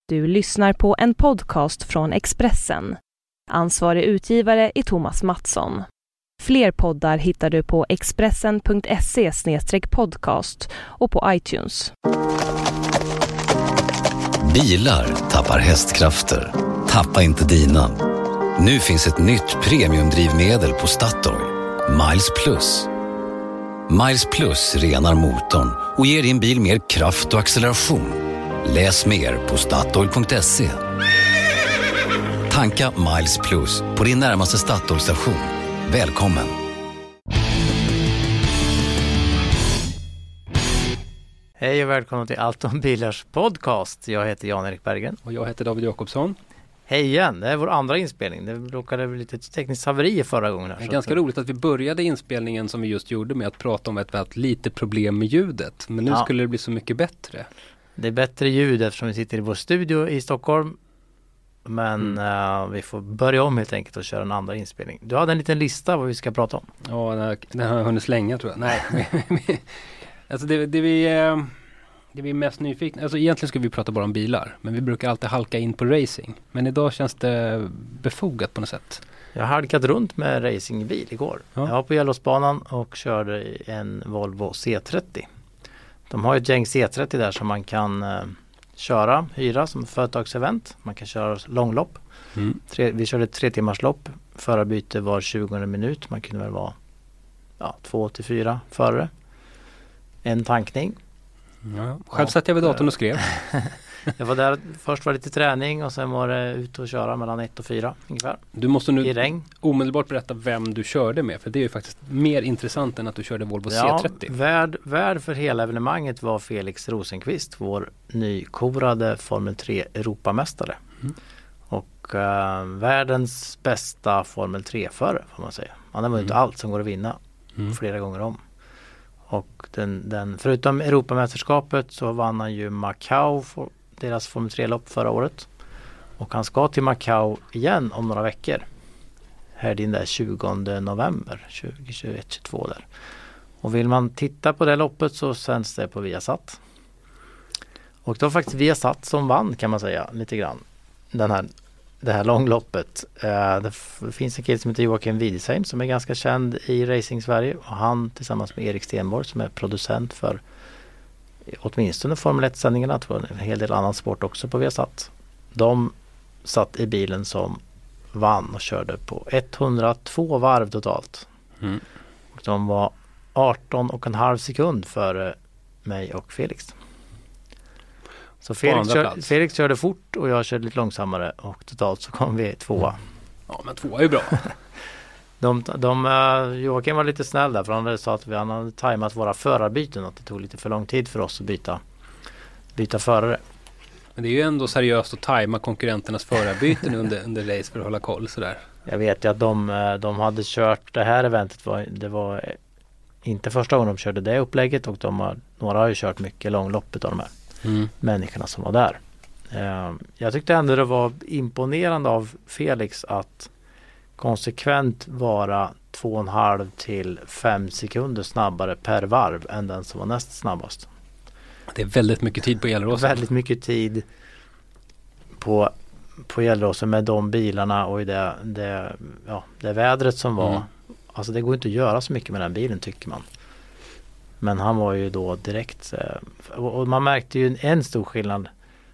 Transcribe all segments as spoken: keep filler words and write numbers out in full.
Du lyssnar på en podcast från Expressen. Ansvarig utgivare är Thomas Mattsson. Fler poddar hittar du på expressen punkt se slash podcast och på iTunes. Bilar tappar hästkrafter. Tappa inte dina. Nu finns ett nytt premiumdrivmedel på Statoil. Miles Plus. Miles Plus renar motorn och ger din bil mer kraft och acceleration. Läs mer på statoil punkt se. Tanka Miles Plus på din närmaste Statoil-station. Välkommen! Hej och välkommen till Allt om bilars podcast. Jag heter Jan-Erik Berggren. Och jag heter David Jakobsson. Hej igen, det är vår andra inspelning. Det råkade bli lite tekniskt haveri förra gången. Här, det är ganska att... roligt att vi började inspelningen som vi just gjorde med att prata om ett väldigt lite problem med ljudet. Men nu ja. skulle det bli så mycket bättre. Det är bättre ljud eftersom vi sitter i vår studio i Stockholm. Men mm. uh, vi får börja om helt enkelt och köra en andra inspelning. Du hade en liten lista vad vi ska prata om. Ja, den har jag hunnit slänga tror jag. Nej, alltså det, det vi... Uh... Det vi är mest nyfikna, alltså egentligen ska vi prata bara om bilar, men vi brukar alltid halka in på racing. Men idag känns det befogat på något sätt. Jag har halkat runt med racingbil igår. Ja. Jag var på Gällåsbanan och körde en Volvo C trettio. De har ju ett gäng C trettio där som man kan uh, köra, hyra som företagsevent. Man kan köra långlopp. Mm. Tre, vi körde ett tre timmars lopp. Förarbyte var tjugo minut. Man kunde väl vara ja, två till fyra förare. En tankning. Ja, själv satt jag vid datorn och skrev. Jag var där, först var det lite träning och sen var det ut och köra mellan ett och fyra ungefär. Du måste nu i regn. Omedelbart berätta vem du körde med, för det är ju faktiskt mer intressant än att du körde Volvo ja, C trettio. Värd, värd för hela evenemanget var Felix Rosenqvist, vår nykorade Formel tre Europamästare. Mm. Och uh, världens bästa Formel tre-förare får man säga. Han har vunnit mm. allt som går att vinna mm. flera gånger om. Och den, den, förutom Europamästerskapet så vann han ju Macau, för deras Formel tre-lopp förra året. Och han ska till Macau igen om några veckor. Här din där tjugonde november tjugo tjugoett tjugotvå där. Och vill man titta på det loppet så sänds det på Viasat. Och det var faktiskt Viasat som vann kan man säga lite grann. Den här, det här långloppet. Uh, det f- finns en kille som heter Joakim Widesheim som är ganska känd i Racing Sverige. Och han tillsammans med Erik Stenborg som är producent för åtminstone Formel ett-sändningarna. Tror jag en hel del annan sport också på Viasat. De satt i bilen som vann och körde på etthundratvå varv totalt. Mm. Och de var arton och en halv sekund före mig och Felix. Så Felix, kör, Felix körde fort och jag körde lite långsammare och totalt så kom vi tvåa. Ja, men tvåa är ju bra. de, de, uh, Joakim var lite snäll där för han hade sagt att vi hade tajmat våra förarbyten och att det tog lite för lång tid för oss att byta, byta förare. Men det är ju ändå seriöst att tajma konkurrenternas förarbyten under, under race för att hålla koll sådär. Jag vet ju att de, de hade kört det här eventet, var, det var inte första gången de körde det upplägget och de har, några har ju kört mycket långloppet av de här. Mm. människorna som var där. Uh, jag tyckte ändå det var imponerande av Felix att konsekvent vara två och en halv till fem sekunder snabbare per varv än den som var näst snabbast. Det är väldigt mycket tid på Gelleråsen. Väldigt mycket tid på, på Gelleråsen med de bilarna och i det, det, ja, det vädret som var. Mm. Alltså det går inte att göra så mycket med den bilen tycker man. Men han var ju då direkt och man märkte ju en stor skillnad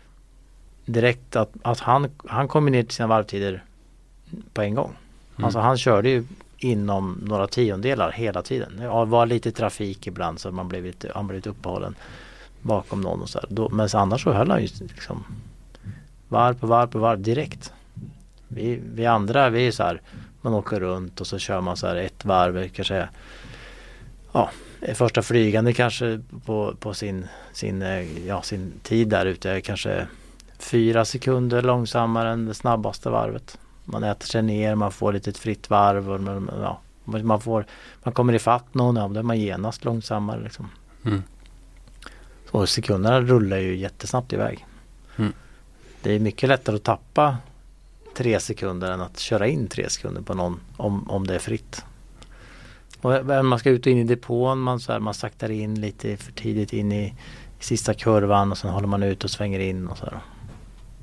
direkt att, att han, han kom ner till sina varvtider på en gång. Mm. Alltså han körde ju inom några tiondelar hela tiden. Det var lite trafik ibland så man blev lite, han blev lite uppehållen bakom någon och så här. Då, men annars så höll han ju liksom varv på varv på varv direkt. Vi, vi andra, vi är så här, man åker runt och så kör man så här ett varv kanske ja första flygande kanske på, på sin, sin, ja, sin tid där ute är kanske fyra sekunder långsammare än det snabbaste varvet. Man äter sig ner, man får lite ett fritt varv och man, ja, man, får, man kommer ifatt någon och då är man genast långsammare. Liksom. Mm. Så sekunderna rullar ju jättesnabbt iväg. Mm. Det är mycket lättare att tappa tre sekunder än att köra in tre sekunder på någon om, om det är fritt. Och man ska ut och in i depån, man, så här, man saktar in lite för tidigt in i, i sista kurvan och sen håller man ut och svänger in och så här.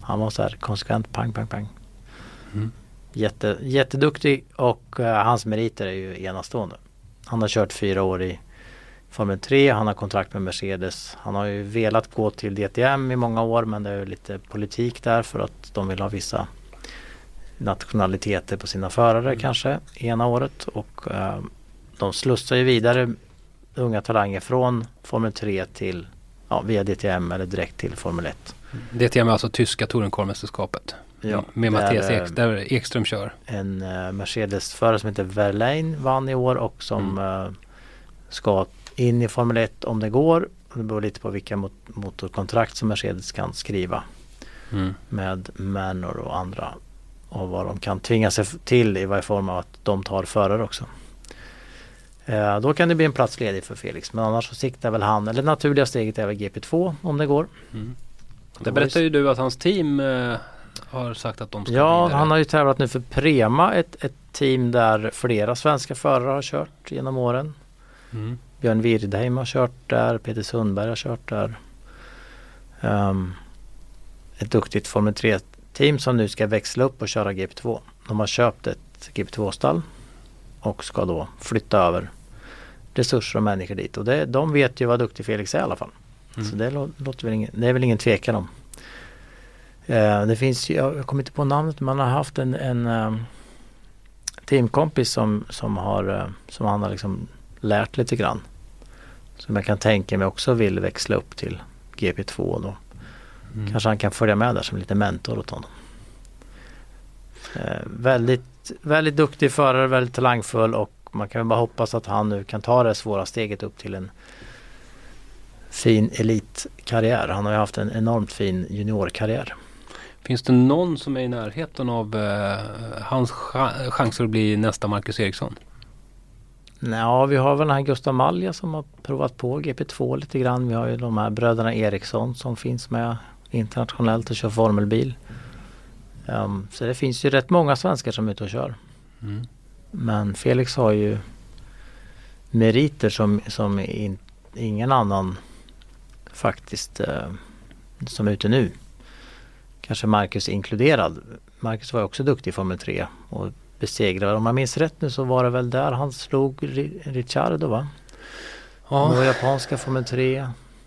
Han var så här konsekvent, pang, pang, pang. Mm. Jätte, jätteduktig och uh, hans meriter är ju enastående. Han har kört fyra år i Formel tre, han har kontrakt med Mercedes. Han har ju velat gå till D T M i många år, men det är ju lite politik där för att de vill ha vissa nationaliteter på sina förare mm. kanske ena året. Och uh, de slussar ju vidare unga talanger från Formel tre till ja, via D T M eller direkt till Formel ett. D T M är alltså tyska tourenkormästerskapet. Ja, med Mattias Ek, där Ekström kör. En uh, Mercedes-förare som heter Verlaine vann i år och som mm. uh, ska in i Formel ett om det går. Det beror lite på vilka mot- motorkontrakt som Mercedes kan skriva mm. med Manor och andra. Och vad de kan tvinga sig till i varje form av att de tar förare också. Uh, då kan det bli en plats ledig för Felix. Men annars så siktar väl han, eller det naturliga steget är väl G P två om det går. Mm. Det berättar ju du att hans team uh, har sagt att de ska Ja, vidare. Han har ju tävlat nu för Prema, ett, ett team där flera svenska förare har kört genom åren. Mm. Björn Wirdheim har kört där, Peter Sundberg har kört där. Um, ett duktigt Formel tre-team som nu ska växla upp och köra G P två. De har köpt ett G P två-stall och ska då flytta över resurser och människor dit. Och det, de vet ju vad duktig Felix är i alla fall. Mm. Så det, låter väl ingen, det är väl ingen tvekan om. Uh, det finns ju, jag kommer inte på namnet, man har haft en, en um, teamkompis som, som, har, uh, som han har liksom lärt lite grann. Som jag kan tänka mig också vill växla upp till G P två då. Mm. Kanske han kan följa med där som lite mentor åt honom. Uh, väldigt, väldigt duktig förare, väldigt talangfull och man kan bara hoppas att han nu kan ta det svåra steget upp till en fin elitkarriär. Han har ju haft en enormt fin juniorkarriär. Finns det någon som är i närheten av eh, hans ch- chanser att bli nästa Marcus Eriksson? Ja, vi har väl den här Gustav Malja som har provat på G P två lite grann. Vi har ju de här bröderna Eriksson som finns med internationellt och kör formelbil. Um, så det finns ju rätt många svenskar som är ute och kör. Mm. Men Felix har ju meriter som, som in, ingen annan faktiskt uh, som är ute nu. Kanske Marcus inkluderad. Marcus var också duktig i Formel tre och besegrade. Om man minns rätt nu så var det väl där han slog Ricciardo, va? Ja. Det var japanska Formel tre.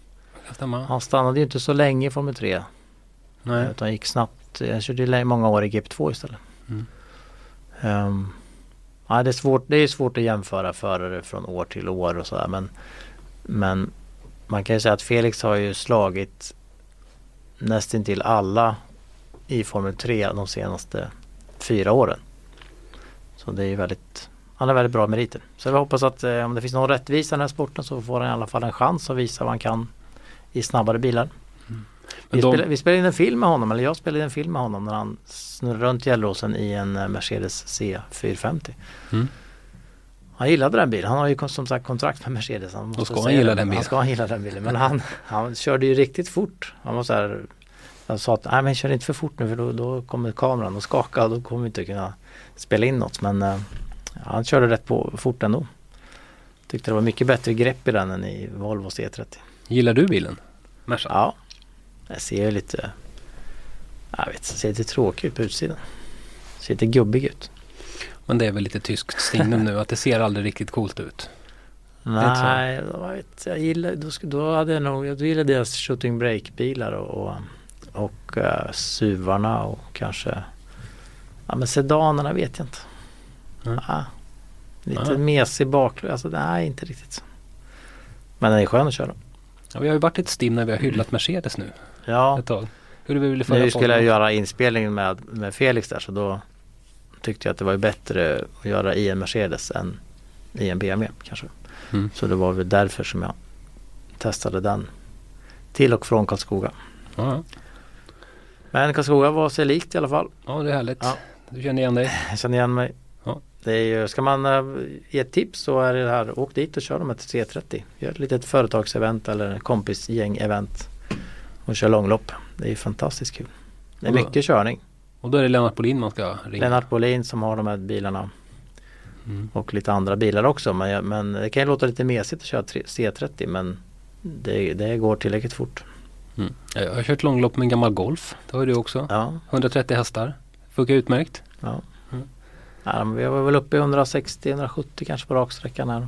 Han stannade ju inte så länge i Formel tre. Nej. Utan gick snabbt. Jag körde många år i G P två istället. Mm. Um, ja, det, är svårt, det är svårt att jämföra förare från år till år och sådär. Men, men man kan ju säga att Felix har ju slagit nästan till alla i Formel tre de senaste fyra åren. Så det är ju väldigt, han är väldigt bra meriter. Så jag hoppas att eh, om det finns någon rättvisa i den här sporten så får han i alla fall en chans att visa vad han kan i snabbare bilar. Mm. Vi, de... spelade, vi spelade in en film med honom, eller jag spelade in en film med honom när han snurrade runt Gelleråsen i en Mercedes C fyrahundrafemtio. Mm. Han gillade den bilen. Han har ju som sagt kontrakt med Mercedes. Han Då ska han gilla den bilen. Han ska gilla den bilen. Men han, han körde ju riktigt fort. Han var så här, han sa att nej men kör inte för fort nu för då, då kommer kameran att skaka och då kommer vi inte kunna spela in något. Men uh, han körde rätt på, fort ändå. Tyckte det var mycket bättre grepp i den än i Volvo C trettio. Gillar du bilen? Mersa? Ja. Jag ser lite, jag vet, ser lite tråkig ut på utsidan. Ser lite gubbig ut. Men det är väl lite tyskt signum nu att det ser aldrig riktigt coolt ut. Nej, jag vet, jag gillar, då, då hade jag nog, jag gillade deras shooting brake bilar och, och, och uh, suvarna och kanske, ja men sedanerna vet jag inte. Mm. Ja, lite mm. mesig baklös, alltså nej inte riktigt så. Men den är skön att köra. Ja, vi har ju varit ett stim när vi har hyllat Mercedes nu. Ja. Ett tag. Hur vi ville nu skulle jag göra inspelningen med, med Felix där så då tyckte jag att det var ju bättre att göra i en Mercedes än i en B M W kanske. Mm. Så det var väl därför som jag testade den till och från Karlskoga. Ja. Men Karlskoga var sig likt i alla fall. Ja, det är härligt. Ja. Du känner igen dig? Jag känner igen mig. Ja. Det är ju, ska man uh, ge ett tips så är det här, åk dit och kör dem ett C trettio. Gör ett litet företagsevent eller kompisgäng-event och kör långlopp. Det är fantastiskt kul. Det är då, mycket körning. Och då är det Lennart Bolin man ska ringa? Lennart Bolin som har de här bilarna. Mm. Och lite andra bilar också. Men, men det kan ju låta lite mesigt att köra C trettio men det, det går tillräckligt fort. Mm. Jag har kört långlopp med en gammal Golf. Det har du också. Ja. hundratrettio hästar. Funkar utmärkt. Ja. Mm. Ja, vi var väl uppe i hundrasextio till hundrasjuttio kanske på raksträckan här.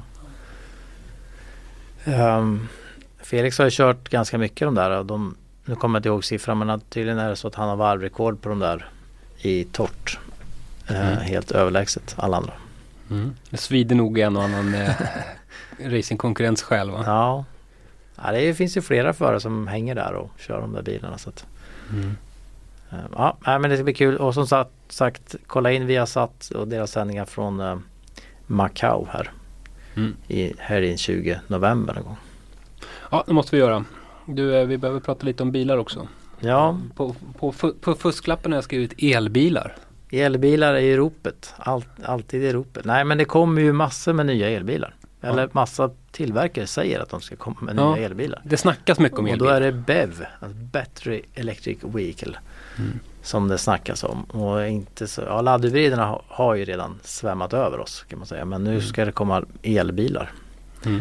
Um, Felix har ju kört ganska mycket de där. Och de, nu kommer jag inte ihåg siffran, men tydligen är det så att han har varvrekord på de där i torrt. Mm. Uh, helt överlägset alla andra. Mm. Det svider nog en och annan eh, racingkonkurrens själv, va? Ja. Ja, det finns ju flera förare som hänger där och kör de där bilarna. Så att, mm. uh, ja, men det ska bli kul. Och som sagt, sagt kolla in Viasat och deras sändningar från uh, Macau här. Mm. I helgen tjugonde november någon gång. Ja, det måste vi göra. Du, vi behöver prata lite om bilar också. Ja. På, på, på fusklappen har jag skrivit elbilar. Elbilar är i ropet. Allt, alltid i ropet. Nej, men det kommer ju massor med nya elbilar. Eller ja. Massa tillverkare säger att de ska komma med ja. nya elbilar. Det snackas mycket om elbilar. Och då är det B E V, alltså Battery Electric Vehicle, mm. som det snackas om. Och inte så, ja, laddhybriderna har, har ju redan svämmat över oss, kan man säga. Men nu mm. ska det komma elbilar. Mm.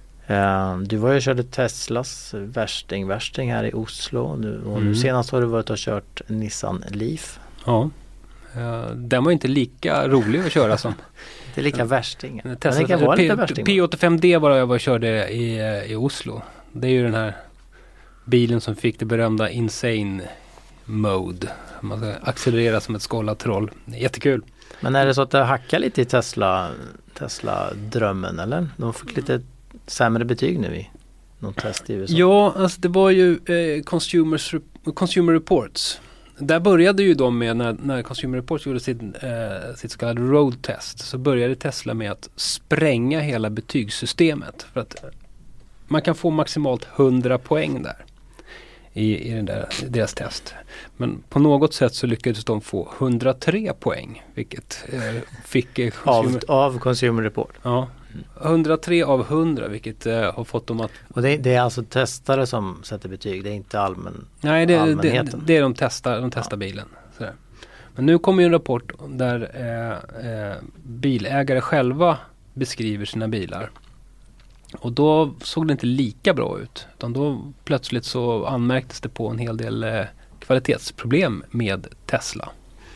Uh, du var ju och körde Teslas värsting, värsting här i Oslo. Nu, och mm. nu senast har du varit och kört Nissan Leaf. Ja. Uh, den var inte lika rolig att köra som. Det är lika värsting. Tesla, det kan vara lite värsting. P åttiofem D var jag var och körde i, i Oslo. Det är ju den här bilen som fick det berömda insane mode. Man ska accelerera som ett skållat troll. Jättekul. Men är det så att det hackar lite i Tesla, Tesla-drömmen, eller? De fick lite sämre betyg nu i någon test i U S A. Ja, alltså det var ju eh, Consumers, Consumer Reports. Där började ju de med, när, när Consumer Reports gjorde sitt, eh, sitt så kallade road test, så började Tesla med att spränga hela betygssystemet. För att man kan få maximalt hundra poäng där i, i den där, deras test. Men på något sätt så lyckades de få hundratre poäng, vilket eh, fick eh, consumer, av, av Consumer Report. Ja, hundratre av hundra, vilket eh, har fått dem att... Och det, det är alltså testare som sätter betyg, det är inte allmän, Nej, det, allmänheten? Det, det är de testar, de testar ja. bilen. Sådär. Men nu kommer ju en rapport där eh, eh, bilägare själva beskriver sina bilar. Och då såg det inte lika bra ut. Utan då plötsligt så anmärktes det på en hel del eh, kvalitetsproblem med Tesla.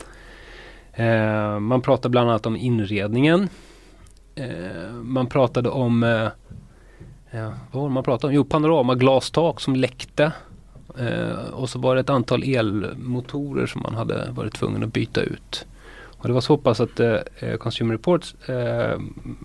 Eh, man pratar bland annat om inredningen. Eh, man pratade om eh, ja, vad var det man pratade om? Jo, panoramaglastak som läckte. Eh, och så var det ett antal elmotorer som man hade varit tvungen att byta ut. Och det var så pass att eh, Consumer Reports eh,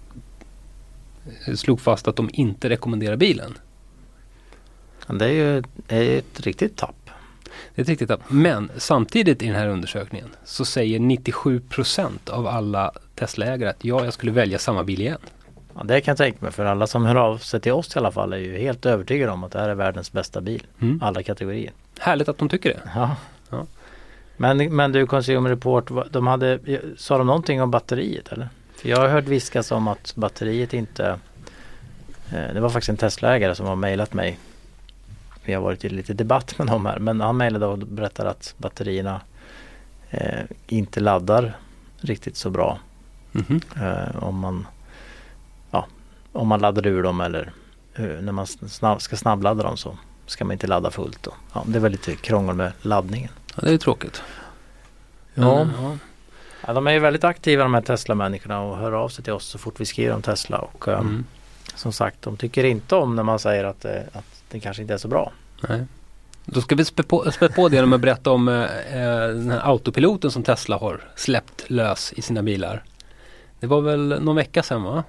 slog fast att de inte rekommenderar bilen. Det är ju är ett riktigt tapp. Det är ett riktigt tapp. Men samtidigt i den här undersökningen så säger nittiosju procent av alla Tesla-ägare att ja, jag skulle välja samma bil igen. Ja, det kan jag tänka mig, för alla som hör av sig till oss i alla fall är ju helt övertygade om att det här är världens bästa bil. Mm. Alla kategorier. Härligt att de tycker det. Ja. Ja. Men, men du, Consumer Report, de hade, sa de någonting om batteriet eller? För jag har hört viskas om att batteriet inte... Eh, det var faktiskt en Tesla-ägare som har mejlat mig. Vi har varit i lite debatt med dem här. Men han mejlade och berättade att batterierna eh, inte laddar riktigt så bra. Mm-hmm. Eh, om man ja, om man laddar ur dem eller uh, när man snabb, ska snabbladda dem så ska man inte ladda fullt. Då. Ja, det är väl lite krångel med laddningen. Ja, det är tråkigt. Ja. Mm, ja. Ja, de är ju väldigt aktiva de här Tesla-människorna och hör av sig till oss så fort vi skriver om Tesla. Och um, mm. som sagt, de tycker inte om när man säger att, eh, att det kanske inte är så bra. Nej. Då ska vi spä på, spä på det genom att berätta om eh, den här autopiloten som Tesla har släppt lös i sina bilar. Det var väl någon vecka sedan, va?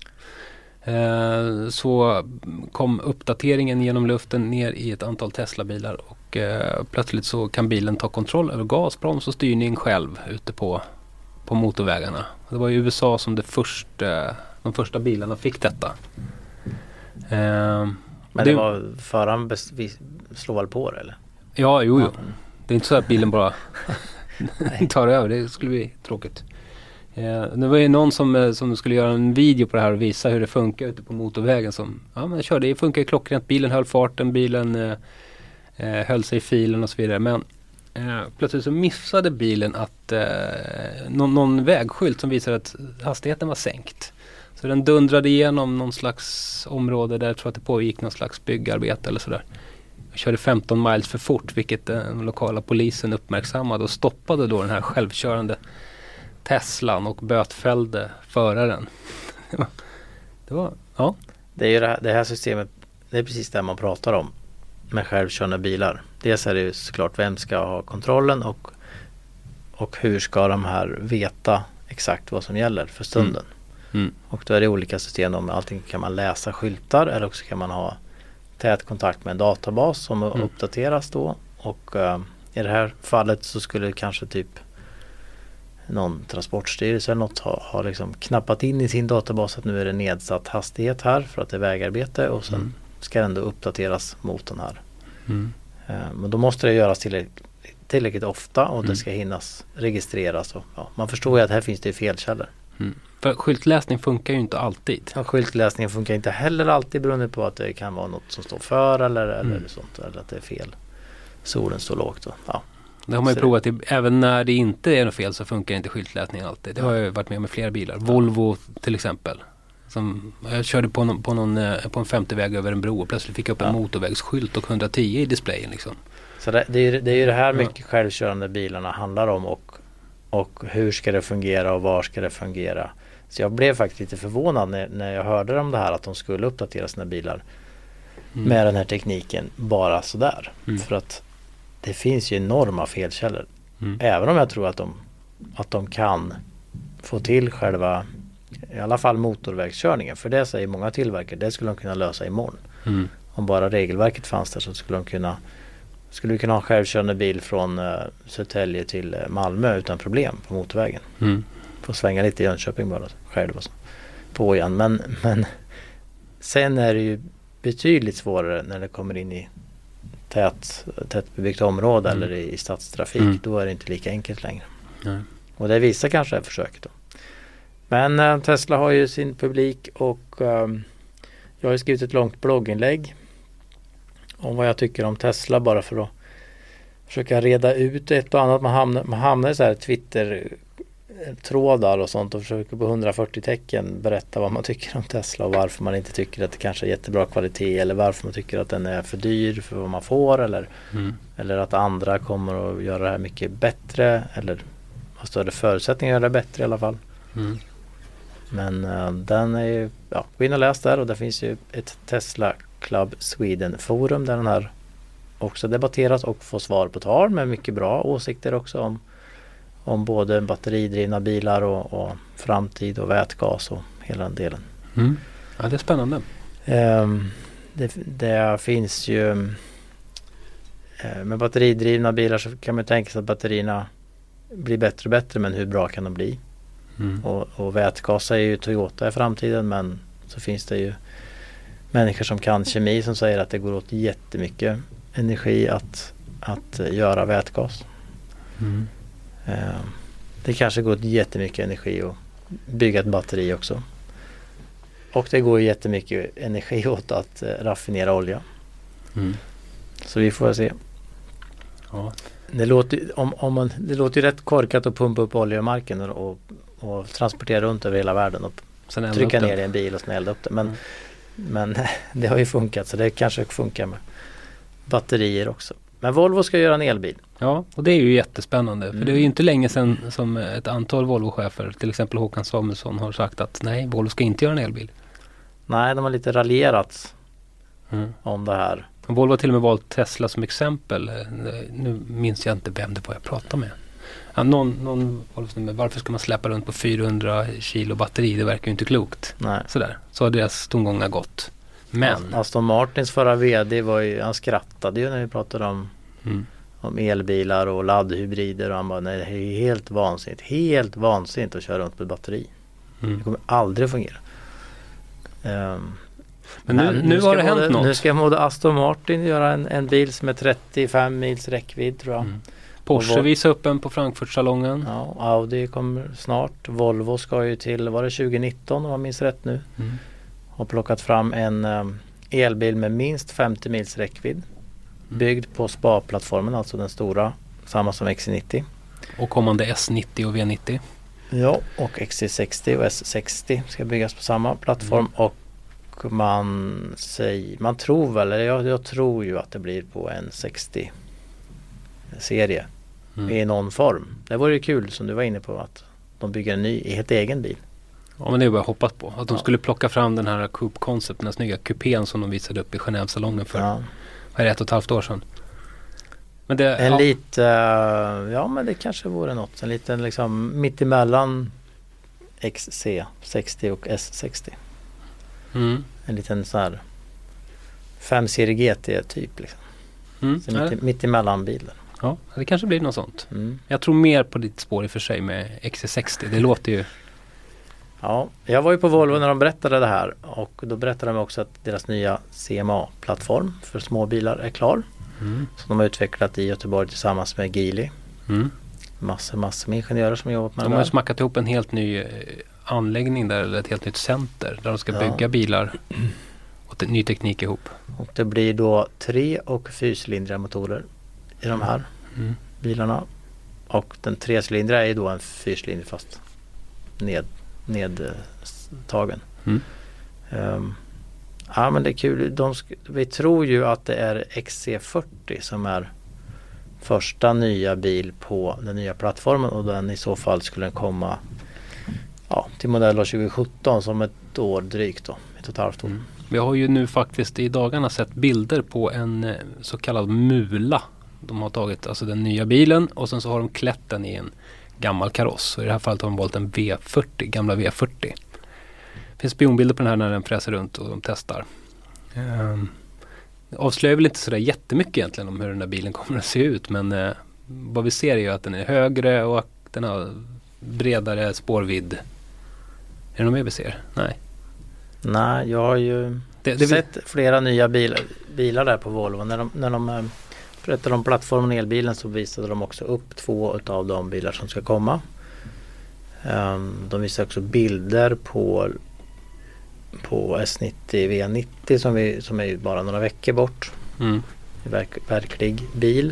Eh, så kom uppdateringen genom luften ner i ett antal Tesla-bilar och eh, plötsligt så kan bilen ta kontroll över gas, broms och styrning själv ute på, på motorvägarna. Det var i U S A som det första, de första bilarna fick detta. Eh, Men det, det var föraren slår väl på det, eller? Ja, jo, jo. Det är inte så att bilen bara tar över. Det skulle bli tråkigt. Eh, det var ju någon som, som skulle göra en video på det här och visa hur det funkar ute på motorvägen. Som, ja, men körde, det funkar ju klockrent. Bilen höll farten, bilen eh, höll sig i filen och så vidare. Men eh, plötsligt så missade bilen att eh, någon, någon vägskylt som visade att hastigheten var sänkt. Så den dundrade igenom någon slags område där jag tror att det pågick någon slags byggarbete eller sådär. körde femton miles för fort, vilket den lokala polisen uppmärksammade och stoppade då den här självkörande Teslan och bötfällde föraren. Det var, det var ja. Det är ju det här, det här systemet, det är precis det man pratar om med självkörande bilar. Dels är det ju såklart vem ska ha kontrollen och, och hur ska de här veta exakt vad som gäller för stunden. Mm. Mm. Och då är det olika system. Om allting kan man läsa skyltar eller också kan man ha tät kontakt med en databas som mm. uppdateras då. Och uh, i det här fallet så skulle kanske typ någon transportstyrelse eller något har ha liksom knappat in i sin databas att nu är det nedsatt hastighet här för att det är vägarbete och sen mm. ska den då uppdateras mot den här. Mm. Uh, men då måste det göras tillräckligt, tillräckligt ofta och mm. det ska hinnas registreras. Och, ja, man förstår ju att här finns det felkällor. Mm. För skyltläsning funkar ju inte alltid. Ja, skyltläsningen funkar inte heller alltid beroende på att det kan vara något som står för eller, mm. eller sånt, eller att det är fel. Solen står lågt. Och, ja. Det har man ju så provat. Det, även när det inte är något fel så funkar inte skyltläsningen alltid. Det har jag varit med med flera bilar. Volvo till exempel. Som, jag körde på, någon, på, någon, på en femte väg över en bro och plötsligt fick jag upp en ja. motorvägsskylt och hundratio i displayen. Liksom. Så det, det, är, det är ju det här mycket ja. självkörande bilarna handlar om och, och hur ska det fungera och var ska det fungera. Så jag blev faktiskt lite förvånad när, när jag hörde om det här att de skulle uppdatera sina bilar mm. med den här tekniken bara sådär. Mm. För att det finns ju enorma felkällor. Mm. Även om jag tror att de, att de kan få till själva i alla fall motorvägskörningen. För det säger många tillverkare, det skulle de kunna lösa imorgon. Mm. Om bara regelverket fanns där så skulle de kunna skulle vi kunna ha självkörande bil från uh, Södertälje till uh, Malmö utan problem på motorvägen. Mm. Får svänga lite i Jönköping bara själv och så. På igen. Men, men sen är det ju betydligt svårare när det kommer in i tät, tättbebyggt område mm. eller i, i stadstrafik. Mm. Då är det inte lika enkelt längre. Mm. Och det visar kanske det försöket då. Men uh, Tesla har ju sin publik och um, jag har skrivit ett långt blogginlägg om vad jag tycker om Tesla bara för att försöka reda ut ett och annat. Man hamnar, man hamnar i så här Twitter-trådar och sånt och försöker på hundrafyrtio tecken berätta vad man tycker om Tesla och varför man inte tycker att det kanske är jättebra kvalitet eller varför man tycker att den är för dyr för vad man får eller, mm. eller att andra kommer att göra det här mycket bättre eller har större förutsättningar att göra det bättre i alla fall. Mm. Men uh, den är ju, ja, gå in och läs där och där finns ju ett Tesla Club Sweden forum där den här också debatteras och får svar på tal med mycket bra åsikter också om, om både batteridrivna bilar och, och framtid och vätgas och hela den delen. Mm. Ja, det är spännande. Um, det, det finns ju uh, med batteridrivna bilar så kan man tänka sig att batterierna blir bättre och bättre, men hur bra kan de bli? Mm. Och, och vätgas är ju Toyota i framtiden, men så finns det ju människor som kan kemi som säger att det går åt jättemycket energi att, att göra vätgas. Mm. Eh, det kanske går åt jättemycket energi att bygga ett batteri också. Och det går jättemycket energi åt att eh, raffinera olja. Mm. Så vi får se. Ja. Det låter, om, om man, det låter ju rätt korkat att pumpa upp olja i marken och, och, och transportera runt över hela världen och trycka ner i en bil och sen elda upp det. Men, mm. men det har ju funkat, så det kanske funkar med batterier också. Men Volvo ska göra en elbil. Ja, och det är ju jättespännande. Mm. För det är ju inte länge sedan som ett antal Volvo-chefer, till exempel Håkan Samuelsson, har sagt att nej, Volvo ska inte göra en elbil. Nej, de har lite raljerat mm. om det här. Volvo har till och med valt Tesla som exempel. Nu minns jag inte vem det var jag pratade med. Ja, någon, någon varför ska man släppa runt på fyrahundra kilo batteri? Det verkar ju inte klokt. Nej. Sådär. Så har deras tongångar gått. Men Aston Martins förra vd var ju, han skrattade ju när vi pratade om, mm. om elbilar och laddhybrider och han bara, nej, det är helt vansinnigt. Helt vansinnigt att köra runt på ett batteri. Mm. Det kommer aldrig fungera. Um, Men nu, nu, nu har det både, hänt något. Nu ska både Aston Martin göra en, en bil som är trettiofem mils räckvidd, tror jag. Mm. Porsche visar upp en på Frankfurtsalongen. Ja, Audi kommer snart. Volvo ska ju till, var det tjugonitton om jag minns rätt nu. Mm. Har plockat fram en um, elbil med minst femtio mils räckvidd. Mm. Byggd på Spa-plattformen, alltså den stora, samma som X C nittio. Och kommande S nittio och V nittio. Ja, och X C sextio och S sextio ska byggas på samma plattform. Mm. Och man säger, man tror väl, jag, jag tror ju att det blir på en sextio-serie mm. i någon form. Det vore ju kul som du var inne på att de bygger en ny, helt egen bil. Ja, men det är bara hoppas på. Att de ja. skulle plocka fram den här Coupe Concept, den här snygga kupén som de visade upp i Genève-salongen för ja. vad är det, ett och ett halvt år sedan. Men det, en ja. lite, ja men det kanske vore något. En liten liksom mittemellan X C sextio och S sextio. Mm. En liten sån här fem-serie G T typ liksom. Mm. Så mitt, mitt emellan bilen. Ja, det kanske blir något sånt. Mm. Jag tror mer på ditt spår i och för sig med X C sextio. Det låter ju... Ja, jag var ju på Volvo när de berättade det här och då berättade de också att deras nya C M A-plattform för små bilar är klar. Mm. Som de har utvecklat i Göteborg tillsammans med Geely. Mm. Massor, massor med ingenjörer som jobbat med de det. De har smackat ihop en helt ny anläggning där, eller ett helt nytt center där de ska ja. bygga bilar och ny teknik ihop. Och det blir då tre och fyrcylindriga motorer i de här mm. bilarna. Och den trecylindriga är då en fyrcylindrig fast ned, nedtagen. Mm. Um, ja men det är kul. De sk- vi tror ju att det är X C fyrtio som är första nya bil på den nya plattformen och den i så fall skulle den komma ja, till modell tjugo sjutton som ett år drygt då, ett och ett halvt år. Mm. Vi har ju nu faktiskt i dagarna sett bilder på en så kallad mula. De har tagit alltså den nya bilen och sen så har de klätt den i en gammal kaross. Och i det här fallet har de valt en V fyrtio, gamla V fyrtio. Det finns spionbilder på den här när den fräser runt och de testar. Um, det avslöjar väl inte sådär jättemycket egentligen om hur den där bilen kommer att se ut. Men uh, vad vi ser är ju att den är högre och att den har bredare spårvidd. Är det något mer vi ser? Nej. Nej, jag har ju det, det sett vi... flera nya bilar, bilar där på Volvo. När de, när de um, berättade om plattformen elbilen så visade de också upp två av de bilar som ska komma. Um, de visar också bilder på på S nittio V nittio som, vi, som är bara några veckor bort. Mm. Verk, verklig bil.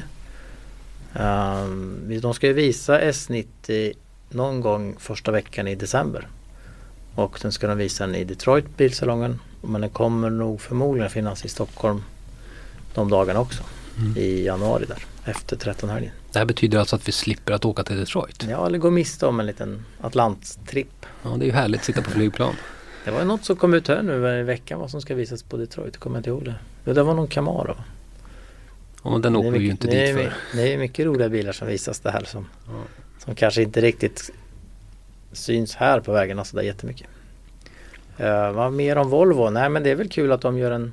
Um, de ska ju visa S nittio någon gång första veckan i december. Och sen ska de visa den i Detroit bilsalongen. Men den kommer nog förmodligen finnas i Stockholm de dagarna också. Mm. I januari där. Efter tretton-helgen. Det här betyder alltså att vi slipper att åka till Detroit? Ja, eller gå miste om en liten Atlanttripp. Ja, det är ju härligt att sitta på flygplan. Det var något som kom ut här nu i veckan vad som ska visas på Detroit. Jag kommer inte ihåg det. Ja, det var någon Camaro. Ja, men den åker vi ju inte dit för. Det är mycket roliga bilar som visas det här som, ja. som kanske inte riktigt syns här på vägarna så där jättemycket. Uh, vad mer om Volvo? Nej, men det är väl kul att de gör en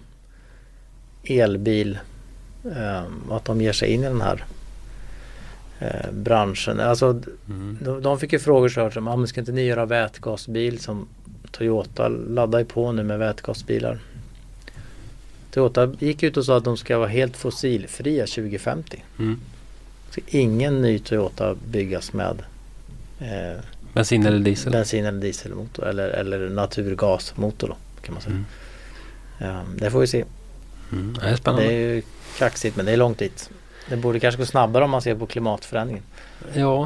elbil uh, och att de ger sig in i den här uh, branschen. Alltså, mm. de, de fick ju frågor så som, ah, men ska inte ni göra vätgasbil som Toyota laddar på nu med vätgasbilar? Toyota gick ut och sa att de ska vara helt fossilfria tjugo femtio. Mm. Så ingen ny Toyota byggas med eh, bensin eller diesel. Bensin eller dieselmotor eller, eller naturgasmotor då, kan man säga. Mm. Ja, det får vi se. Mm, det är spännande. Det är ju kaxigt men det är långt dit. Det borde kanske gå snabbare om man ser på klimatförändringen. Ja.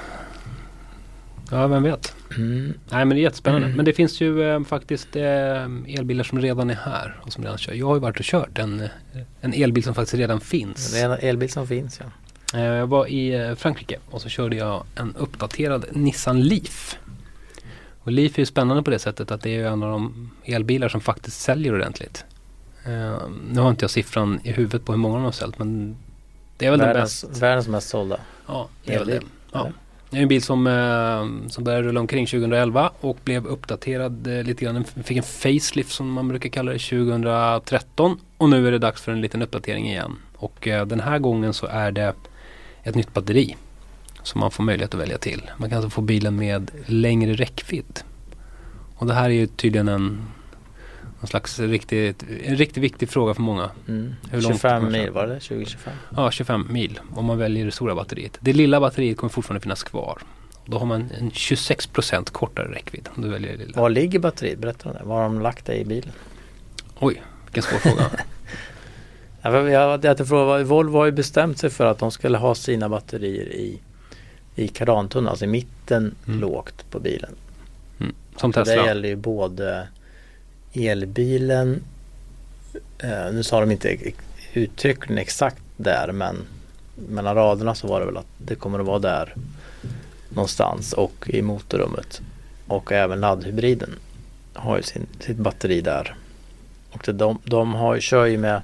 Ja, vem vet. Mm. Nej, men det är jättespännande. Mm. Men det finns ju eh, faktiskt eh, elbilar som redan är här och som redan kör. Jag har ju varit och kört en, en elbil som faktiskt redan finns. Det är en elbil som finns, ja. Eh, jag var i eh, Frankrike och så körde jag en uppdaterad Nissan Leaf. Och Leaf är ju spännande på det sättet att det är en av de elbilar som faktiskt säljer ordentligt. Eh, nu har inte jag siffran i huvudet på hur många de har sålt, men det är väl världens, den bäst. Världens mest sålda. Ja, det är väl det. Ja. Det är en bil som, eh, som började rulla omkring tjugoelva och blev uppdaterad eh, lite grann. Den fick en facelift som man brukar kalla det tjugotretton och nu är det dags för en liten uppdatering igen. Och eh, den här gången så är det ett nytt batteri som man får möjlighet att välja till. Man kan alltså få bilen med längre räckvidd. Och det här är ju tydligen en, en slags riktigt, en riktigt viktig fråga för många. Mm. Hur långt tjugofem mil var det? tjugo tjugofem? Ja, tjugofem mil om man väljer det stora batteriet. Det lilla batteriet kommer fortfarande finnas kvar. Då har man en tjugosex procent kortare räckvidd om du väljer det lilla. Var ligger batteriet? Berätta om det. Var har de lagt det i bilen? Oj, vilken svår fråga. Jag, jag, jag fråga, Volvo har ju bestämt sig för att de skulle ha sina batterier i, i kardantunneln, alltså i mitten mm. lågt på bilen. Mm. Som Tesla. Det gäller ju både elbilen, eh, nu sa de inte uttryckligen exakt där, men mellan raderna så var det väl att det kommer att vara där någonstans och i motorrummet. Och även laddhybriden har ju sin, sitt batteri där. Och det, de, de har, kör ju med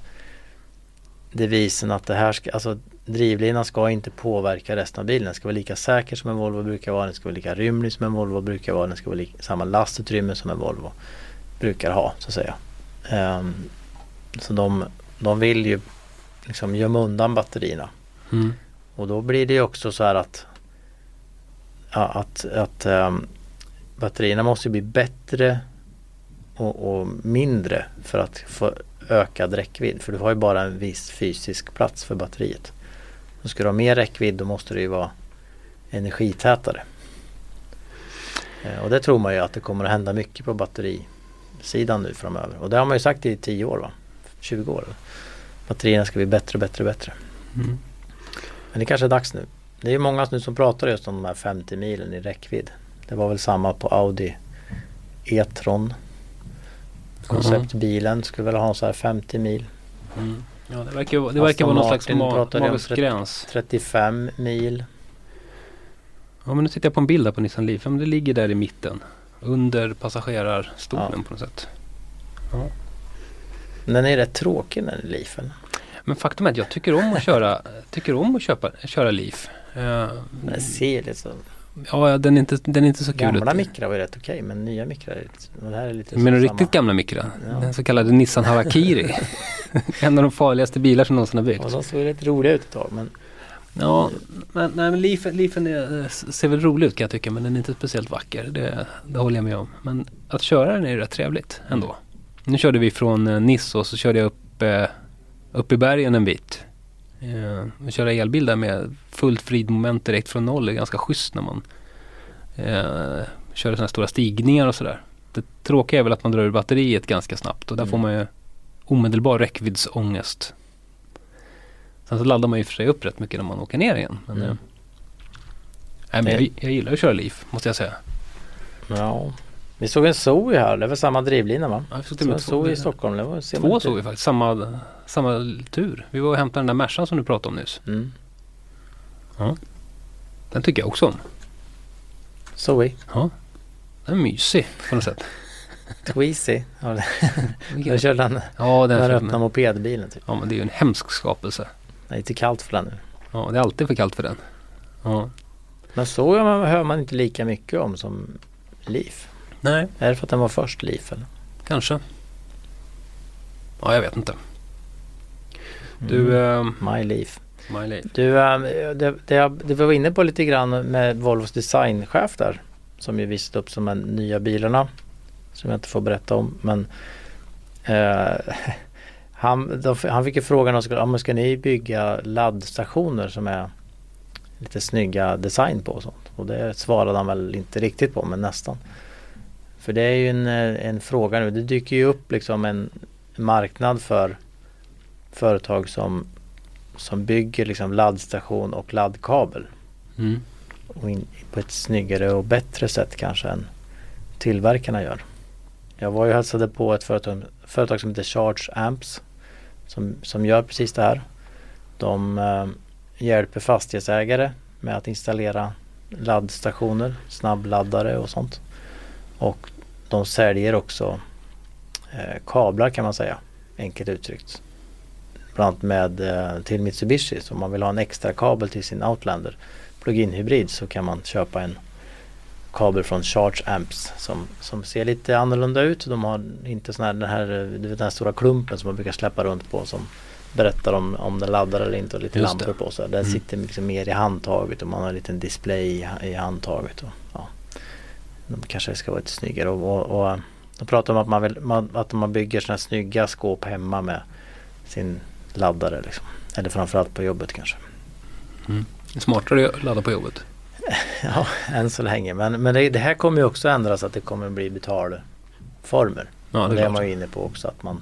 devisen att det här ska, alltså drivlinan ska inte påverka resten av bilen. Den ska vara lika säker som en Volvo brukar vara. Den ska vara lika rymlig som en Volvo brukar vara. Den ska vara lika, samma lastutrymme som en Volvo brukar ha, så att säga. Um, så de, de vill ju liksom gömma undan batterierna. Mm. Och då blir det ju också så här att ja, att, att um, batterierna måste bli bättre och, och mindre för att få ökad räckvidd. För du har ju bara en viss fysisk plats för batteriet. Så ska du ha mer räckvidd, då måste det ju vara energitätare. Eh, och det tror man ju att det kommer att hända mycket på batterisidan nu framöver. Och det har man ju sagt i tio år, va? tjugo år. Batterierna ska bli bättre, bättre, bättre. Mm. Men det kanske är dags nu. Det är ju många nu som pratar just om de här femtio milen i räckvidd. Det var väl samma på Audi e-tron. Konceptbilen skulle väl ha så här femtio mil. Mm. Ja, det verkar, det verkar vara någon slags ma- magisk gräns. trettiofem mil. Ja, men nu tittar jag på en bild här på Nissan Leaf. Men det ligger där i mitten. Under passagerarstolen ja. På något sätt. Ja. Den är rätt tråkig, den Leafen. Men faktum är att jag tycker om att köra tycker om att köpa, köra Leaf. Uh, den ser lite så. Ja, den är inte, den är inte så kul. Gamla Micra var rätt okej, men nya Micra är lite, det här är lite. Men riktigt gamla Micra, ja. Den så kallade Nissan Harakiri. En av de farligaste bilar som någonsin har byggts. Och de såg lite roliga ut ett tag, men ja, men, nej, men Leafen, Leafen är, ser väl rolig ut kan jag tycka, men den är inte speciellt vacker. Det, det håller jag med om. Men att köra den är rätt trevligt ändå. Mm. Nu körde vi från eh, Nice och så körde jag upp, eh, upp i bergen en bit. Uh, att köra elbil där med fullt fridmoment direkt från noll är ganska schysst när man uh, kör sådana stora stigningar och sådär. Det tråkiga är väl att man drar ur batteriet ganska snabbt och där mm. får man ju omedelbar räckviddsångest. Sen så laddar man ju för sig upp rätt mycket när man åker ner igen. Men, mm. uh, nej, men jag, jag gillar att köra Leaf, måste jag säga. Ja. Vi såg en Zoe här, det var samma drivlina, va? Ja, vi såg en Zoe i Stockholm. Det var två Zoe faktiskt, samma, samma tur. Vi var och hämtade den där Mercan som du pratade om nyss. Mm. Ja. Den tycker jag också om. Zoe? Ja, den är mysig på något sätt. Tweezy. Ja, jag körde den, ja, den, den öppna mopedbilen. Typ. Ja, men det är ju en hemsk skapelse. Det är lite kallt för den nu. Ja, det är alltid för kallt för den. Ja. Men så hör man inte lika mycket om som Leaf. Nej. Är det för att den var först Leaf eller? Kanske. Ja, jag vet inte. Du, mm. uh, My Leaf. My Leaf. Du, uh, det, det, jag, det var inne på lite grann med Volvos designchef där. Som ju visade upp som en nya bilarna. Som jag inte får berätta om. Men uh, han, då, han fick ju frågan om ska, ska ni bygga laddstationer som är lite snygga design på och sånt. Och det svarade han väl inte riktigt på, men nästan. För det är ju en, en fråga nu. Det dyker ju upp liksom en marknad för företag som, som bygger liksom laddstation och laddkabel. Mm. Och in, på ett snyggare och bättre sätt kanske än tillverkarna gör. Jag var ju hälsade på ett företag, företag som heter Charge Amps som, som gör precis det här. De eh, hjälper fastighetsägare med att installera laddstationer, snabbladdare och sånt. Och de säljer också eh, kablar kan man säga, enkelt uttryckt. Bland annat med, eh, till Mitsubishi, så om man vill ha en extra kabel till sin Outlander plug-in hybrid så kan man köpa en kabel från Charge Amps som, som ser lite annorlunda ut. De har inte sån här, den, här, den här stora klumpen som man brukar släppa runt på som berättar om, om den laddar eller inte och lite just lampor det. På så. Den mm. sitter liksom mer i handtaget och man har en liten display i, i handtaget. Och, ja. De kanske ska vara lite snyggare och, och, och de pratar om att man, vill, man, att man bygger såna här snygga skåp hemma med sin laddare liksom. Eller framförallt på jobbet kanske. Mm. Smartare att ladda på jobbet. Ja, än så länge. Men, men det, det här kommer ju också ändras, att det kommer bli betalformer. Ja, det, och det är man ju inne på också, att man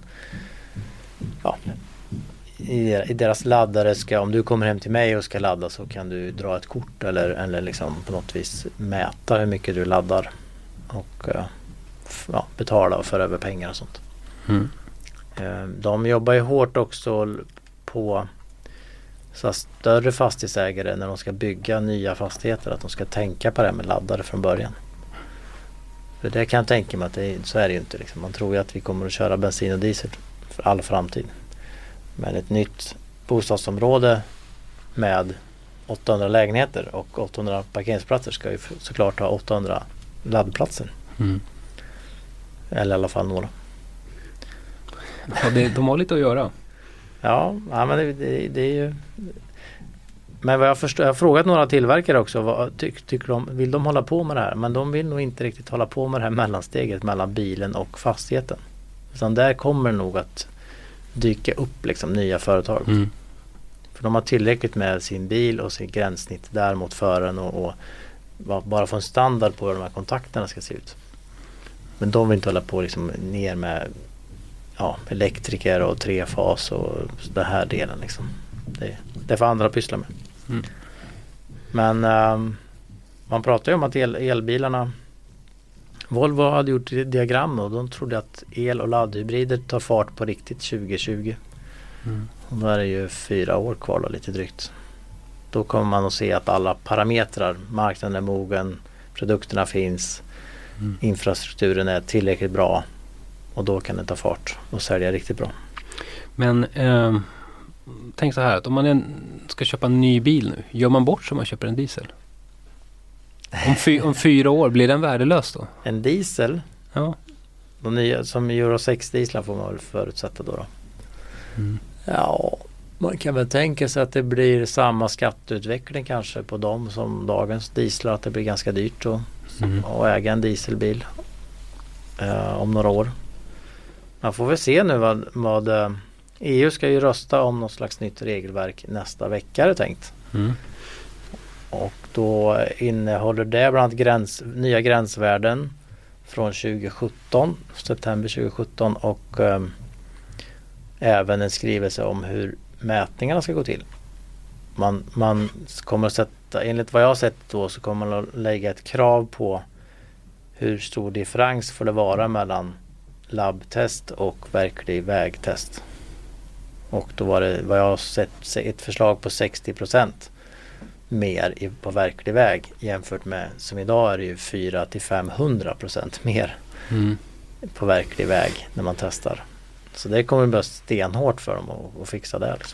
ja, i, i deras laddare ska, om du kommer hem till mig och ska ladda så kan du dra ett kort eller, eller liksom på något vis mäta hur mycket du laddar och uh, ja, betala och föra över pengar och sånt. Mm. De jobbar ju hårt också på så här större fastighetsägare när de ska bygga nya fastigheter, att de ska tänka på det med laddare från början. För det kan jag tänka mig att det, så är det ju inte. Liksom. Man tror ju att vi kommer att köra bensin och diesel för all framtid. Men ett nytt bostadsområde med åttahundra lägenheter och åttahundra parkeringsplatser ska ju såklart ha åttahundra laddplatser. Mm. Eller i alla fall några. Ja, det, de har lite att göra. Ja, ja men det, det, det är ju... Men vad jag förstår, jag har frågat några tillverkare också, vad ty, tycker de, vill de hålla på med det här? Men de vill nog inte riktigt hålla på med det här mellansteget mellan bilen och fastigheten. Utan där kommer nog att dyka upp liksom nya företag. Mm. För de har tillräckligt med sin bil och sin gränssnitt där mot föraren och, och bara få en standard på hur de här kontakterna ska se ut. Men de vill inte hålla på liksom ner med ja, elektriker och trefas och den här delen liksom. Det, det får andra pyssla med. Mm. Men um, man pratar ju om att el, elbilarna, Volvo hade gjort diagram och de trodde att el- och laddhybrider tar fart på riktigt tjugo tjugo. Mm. Och då är det ju fyra år kvar då, lite drygt. Då kommer man att se att alla parametrar, marknaden är mogen, produkterna finns, mm. infrastrukturen är tillräckligt bra och då kan det ta fart och sälja riktigt bra. Men eh, tänk så här, att om man en, ska köpa en ny bil nu, gör man bort som man köper en diesel? Om, fy, om fyra år, blir den värdelös då? En diesel? Ja. De nya, som Euro sex dieslar får man väl förutsätta då. då. Mm. Ja, man kan väl tänka sig att det blir samma skatteutveckling kanske på dem som dagens dieslar, att det blir ganska dyrt att, mm. att äga en dieselbil eh, om några år. Man får väl se nu vad, vad eh, E U ska ju rösta om något slags nytt regelverk nästa vecka är det tänkt. Mm. Och då innehåller det bland annat gräns, nya gränsvärden från tjugo sjutton, september tjugo sjutton och eh, även en skrivelse om hur mätningarna ska gå till. Man, man kommer att sätta, enligt vad jag har sett då, så kommer man att lägga ett krav på hur stor differens får det vara mellan labbtest och verklig vägtest. Och då var det, vad jag har sett, ett förslag på sextio procent mer i, på verklig väg jämfört med, som idag är det ju fyra till femhundra procent mer mm. på verklig väg när man testar. Så det kommer att bli stenhårt för dem att, att fixa det. Liksom.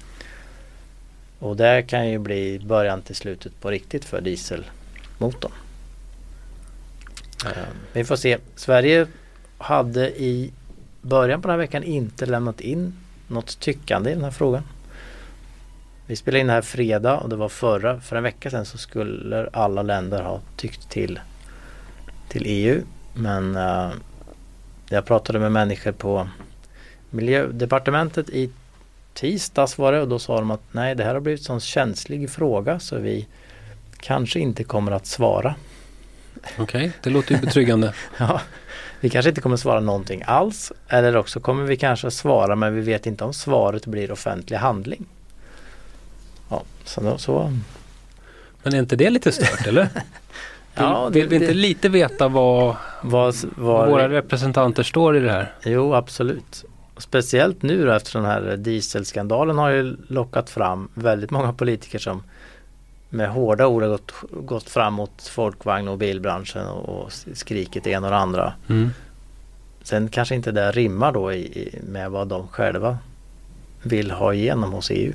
Och det kan ju bli början till slutet på riktigt för dieselmotorn. Uh, vi får se. Sverige hade i början på den här veckan inte lämnat in något tyckande i den här frågan. Vi spelade in det här fredag och det var förra, för en vecka sedan så skulle alla länder ha tyckt till, till E U. Men uh, jag pratade med människor på Miljödepartementet i tisdags var det och då sa de att nej, det här har blivit en sån känslig fråga så vi kanske inte kommer att svara. Okej, okay, det låter ju betryggande. Ja, vi kanske inte kommer svara någonting alls eller också kommer vi kanske svara men vi vet inte om svaret blir offentlig handling. Ja, så, då, så. Men är inte det lite stört eller? Ja, vill vi inte lite veta vad, vad, vad våra representanter står i det här? Jo, absolut. Speciellt nu då, efter den här dieselskandalen har ju lockat fram väldigt många politiker som med hårda ord har gått, gått fram mot folkvagn och bilbranschen och, och skrikit det ena och det andra. Mm. Sen kanske inte det rimmar då i, i, med vad de själva vill ha igenom hos E U.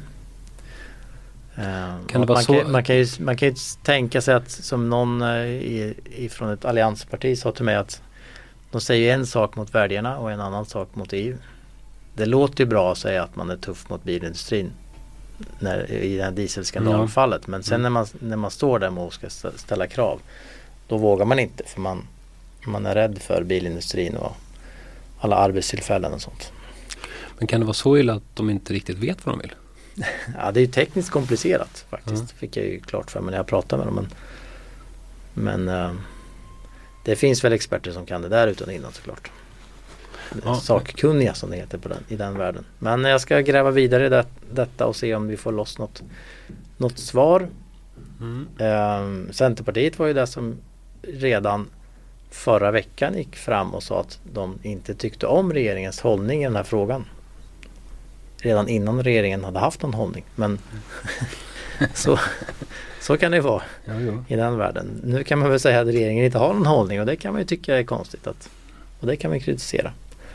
Uh, kan det vara man, så? Kan, man, kan ju, man kan ju tänka sig att som någon uh, i, ifrån ett alliansparti sa till mig att de säger en sak mot väljarna och en annan sak mot E U. Det låter ju bra att säga att man är tuff mot bilindustrin när, i det här dieselskandalfallet. Men sen mm. när, man, när man står där och ska ställa krav då vågar man inte för man, man är rädd för bilindustrin och alla arbetstillfällen och sånt. Men kan det vara så illa att de inte riktigt vet vad de vill? Ja, det är ju tekniskt komplicerat faktiskt. Mm. Fick jag ju klart för mig när jag pratade med dem. Men, men uh, det finns väl experter som kan det där utan innan såklart. Ja. Sakkunniga som det heter på den, i den världen. Men jag ska gräva vidare i det, detta och se om vi får loss något, något svar. Mm. Uh, Centerpartiet var ju det som redan förra veckan gick fram och sa att de inte tyckte om regeringens hållning i den här frågan. Redan innan regeringen hade haft någon hållning. Men så, så kan det vara ja, ja. i den världen. Nu kan man väl säga att regeringen inte har någon hållning och det kan man ju tycka är konstigt. Att, och det kan man ju kritisera.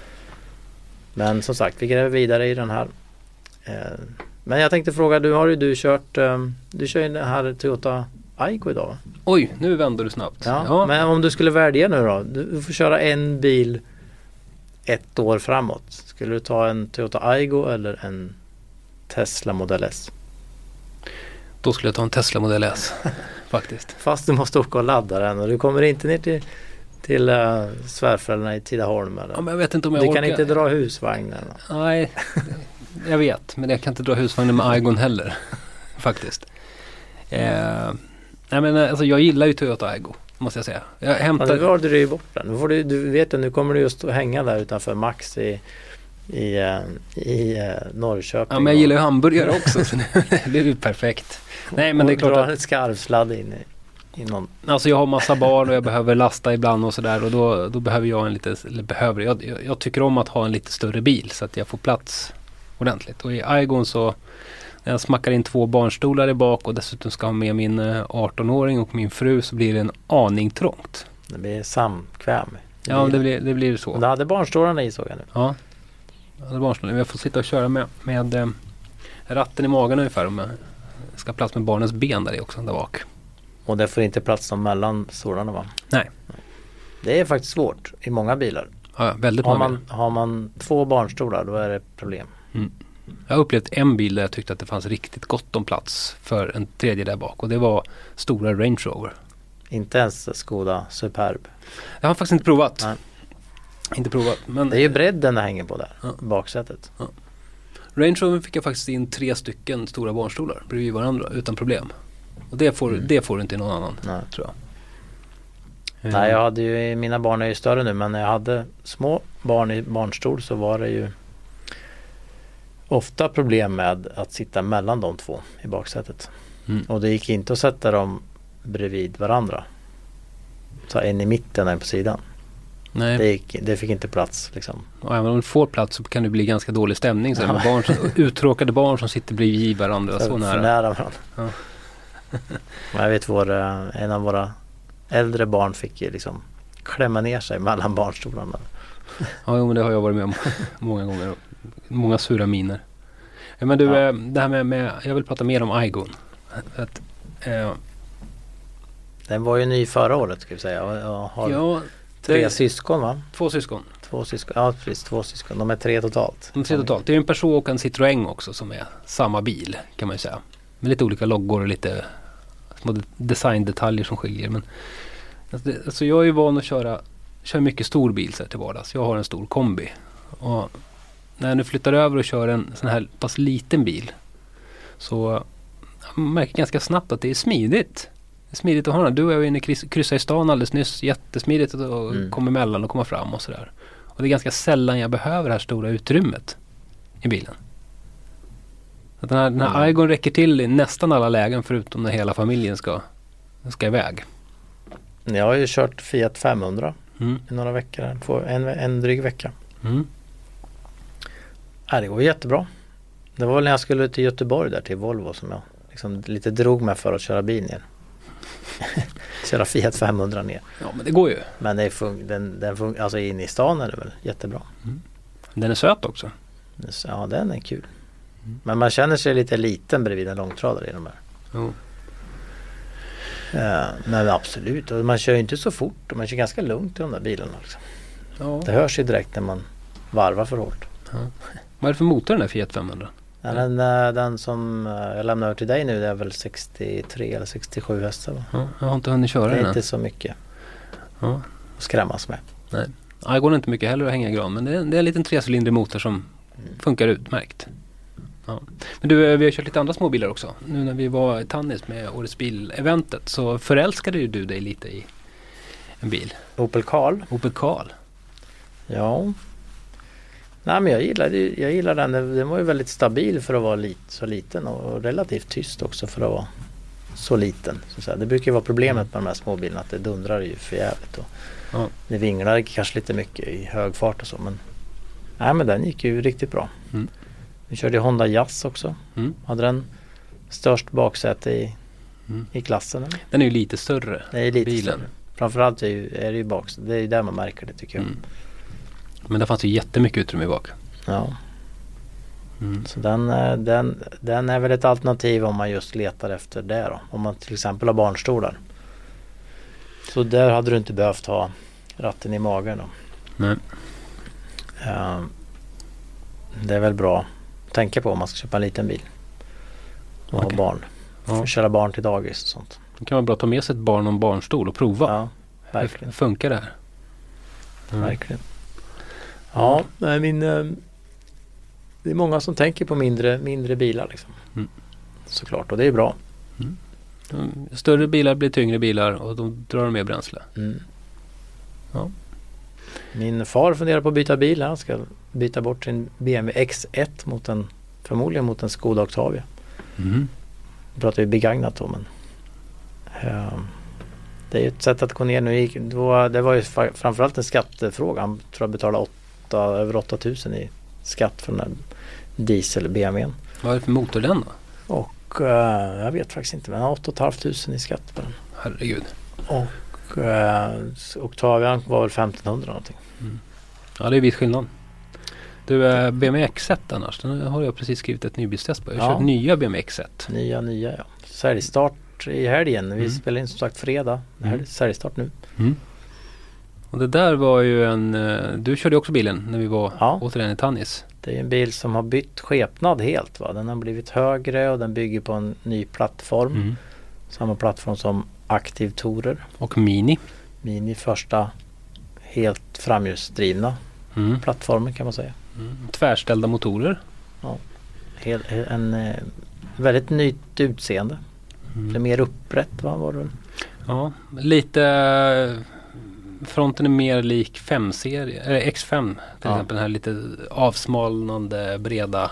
Men som sagt, vi gräver vidare i den här. Eh, men jag tänkte fråga, du har ju du kört, eh, du kör ju den här Toyota Aygo idag, va? Oj, nu vänder du snabbt. Ja, Ja. Men om du skulle välja nu då, du får köra en bil ett år framåt. Skulle du ta en Toyota Aygo eller en Tesla Model S? Då skulle jag ta en Tesla Model S faktiskt. Fast du måste åka och ladda den och du kommer inte ner till, till uh, svärföräldrarna i Tidaholm eller? Ja, men jag vet inte om jag Du orkar. kan inte dra husvagnen. Nej, jag vet. Men jag kan inte dra husvagnen med Aygon heller faktiskt. Eh, nej men alltså jag gillar ju Toyota Aygo, måste jag säga. Jag hämtar... Ja, nu valde du ju bort den. Nu får du, du vet att nu kommer du just att hänga där utanför Max i, i, uh, i uh, Norrköping. Ja, men jag gillar ju hamburgare också så det är ju perfekt. Nej, men det är klart dra att... en skarvsladd in i, i någon... Alltså jag har massa barn och jag behöver lasta ibland och sådär och då, då behöver jag en lite, eller behöver jag, jag, jag tycker om att ha en lite större bil så att jag får plats ordentligt. Och i Aygon så när jag smackar in två barnstolar i bak och dessutom ska ha med min arton-åring och min fru så blir det en aning trångt. Det blir samkväm. Det Ja, blir... det blir, det blir så. Och det hade barnstolarna i, såg jag nu. Ja, det är barnstolar. Jag får sitta och köra med, med eh, ratten i magen ungefär om jag ska ha plats med barnens ben där i också, där bak. Och det får inte plats som mellan stolarna, va? Nej. Det är faktiskt svårt i många bilar. Ja, väldigt Har många. man, har man två barnstolar då är det problem. Mm. Jag har upplevt en bil där jag tyckte att det fanns riktigt gott om plats för en tredje där bak och det var stora Range Rover. Inte ens Skoda Superb. Jag har faktiskt inte provat. Nej. Inte provat. Men Det är ju bredden det hänger på där, Ja. baksätet. Range Rover fick jag faktiskt in tre stycken stora barnstolar bredvid varandra utan problem. Och det får, Mm. det får du inte i någon annan, Nej. tror jag. Nej, jag hade ju, mina barn är ju större nu, men när jag hade små barn i barnstol så var det ju ofta problem med att sitta mellan de två i baksätet. Mm. Och det gick inte att sätta dem bredvid varandra. Så en i mitten och en på sidan. Nej, Det, gick, det fick inte plats liksom. och även om du får plats så kan det bli ganska dålig stämning. Så Ja. med barn som, uttråkade barn som sitter bredvid varandra så, För, nära. för nära varandra. Ja. Men jag vet vår, eh, en av våra äldre barn fick ju liksom klämma ner sig mellan barnstolarna. Ja, jo, men det har jag varit med om många gånger. Många sura miner. Ja, men du, Ja. eh, det här med, med, jag vill prata mer om Aygon. Att, eh, Den var ju ny förra året, ska vi säga. Och, och har ja, tre det, syskon, va? två syskon. Två syskon. Ja, precis. Två syskon. De är tre totalt. De tre totalt. Det är en Peugeot och en Citroën också som är samma bil kan man ju säga. Med lite olika loggor och lite små de- designdetaljer som skiljer. Men, alltså, det, alltså jag är ju van att köra kör mycket stor bil så här till vardags. Jag har en stor kombi. Och när jag nu flyttar över och kör en sån här pass liten bil så jag märker ganska snabbt att det är smidigt. Det är smidigt att ha den. Du och jag var inne och kryss- kryssade i stan alldeles nyss. Jättesmidigt att Mm. komma emellan och komma fram och sådär. Och det är ganska sällan jag behöver det här stora utrymmet i bilen. Att den här, den här Mm. Aygon räcker till i nästan alla lägen förutom när hela familjen ska, ska iväg. Jag har ju kört Fiat femhundra Mm. i några veckor. På en, en dryg vecka. Mm. Ja, det går jättebra. Det var väl när jag skulle till Göteborg där till Volvo som jag liksom lite drog mig för att köra bil ner. Köra Fiat femhundra ner. Ja, men det går ju. Men det är fun- den, den fun- alltså in i stan är det väl jättebra. Den är söt också. Så, ja, den är kul. Mm. Men man känner sig lite liten bredvid en långtradare i de här. Jo. Ja, men absolut. Och man kör ju inte så fort. Och man kör ganska lugnt i de där bilarna. Liksom. Ja. Det hörs ju direkt när man varvar för hårt. Vad är det för motor den här Fiat femhundra? Ja, den, eh, den som eh, jag lämnar över till dig nu, det är väl sextiotre eller sextiosju hästar, va? Ja, jag har inte hunnit köra Det den är än. inte så mycket Ja. att skrämmas med. Aygon är inte mycket heller att hänga i gran, men det är, det är en liten trecylindrig motor som funkar utmärkt. Ja. Men du, eh, vi har kört lite andra småbilar också. Nu när vi var i Tannis med Årets bil-eventet så förälskade ju du dig lite i en bil. Opel Karl. Opel Karl. Ja. Nej, men jag gillar, jag gillar den. Den var ju väldigt stabil för att vara lit, så liten och relativt tyst också för att vara så liten. Så att säga. Det brukar ju vara problemet med de här småbilarna, att det dundrar ju för jävligt. Och Ja. det vinglar kanske lite mycket i hög fart och så. Men, nej, men den gick ju riktigt bra. Mm. Vi körde Honda Jazz också. Mm. Hade den störst baksäte i, Mm. i klassen. Eller? Den är ju lite större. Det är lite bilen. större. Framförallt är, ju, är det ju baksäte. Det är ju där man märker det, tycker jag. Mm. Men det fanns ju jättemycket utrymme i bak. Ja. Mm. Så den, eh, den, den är väl ett alternativ om man just letar efter det då. Om man till exempel har barnstolar. Så där hade du inte behövt ha ratten i magen då. Nej. Uh, det är väl bra att tänka på om man ska köpa en liten bil. Och Okej. ha barn. Ja. För köra barn till dagis och sånt. Det kan vara bra att ta med sig ett barn och en barnstol och prova. Ja, Hur verkligen. funkar det här? Mm. Verkligen. Ja, nej, min, eh, det är många som tänker på mindre, mindre bilar liksom. Mm. Såklart, och det är bra. Mm. Större bilar blir tyngre bilar och då drar de mer bränsle. Mm. Ja. Min far funderar på att byta bil. Han ska byta bort sin B M W X ett mot en, förmodligen mot en Skoda Octavia. Mm. Nu pratar vi begagnat då, men uh, det är ju ett sätt att gå ner nu. Gick, då, det var ju fa- framförallt en skattefråga. Han tror jag betalade åtta, över åtta tusen i skatt för den här diesel B M W:n. Vad är det för motor den då? Och uh, jag vet faktiskt inte, men han har åtta och ett halvt tusen i skatt på den. Herregud. Och uh, Octavian var väl femtonhundra någonting. Mm. Ja, det är viss skillnad. Du, äh, B M W X ett annars, den har jag precis skrivit ett nybilstest på. Jag har Ja. kört nya B M W X ett. Nya, nya ja. Säljstart i helgen. Vi Mm. spelar in som sagt fredag. Det här är Mm. säljstart nu. Mm. Och det där var ju en... eh, Du körde ju också bilen när vi var Ja. återigen i Tannis. Det är en bil som har bytt skepnad helt. Va? Den har blivit högre och den bygger på en ny plattform. Mm. Samma plattform som Active Tourer. Och Mini. Mini första helt framhjulsdrivna Mm. plattformen kan man säga. Mm. Tvärställda motorer. Hel, en eh, väldigt nytt utseende. Mm. Det är mer upprätt, va? Var det? Ja, lite... eh, Fronten är mer lik fem-serie, eller X fem till Ja. exempel. Den här lite avsmalnande, breda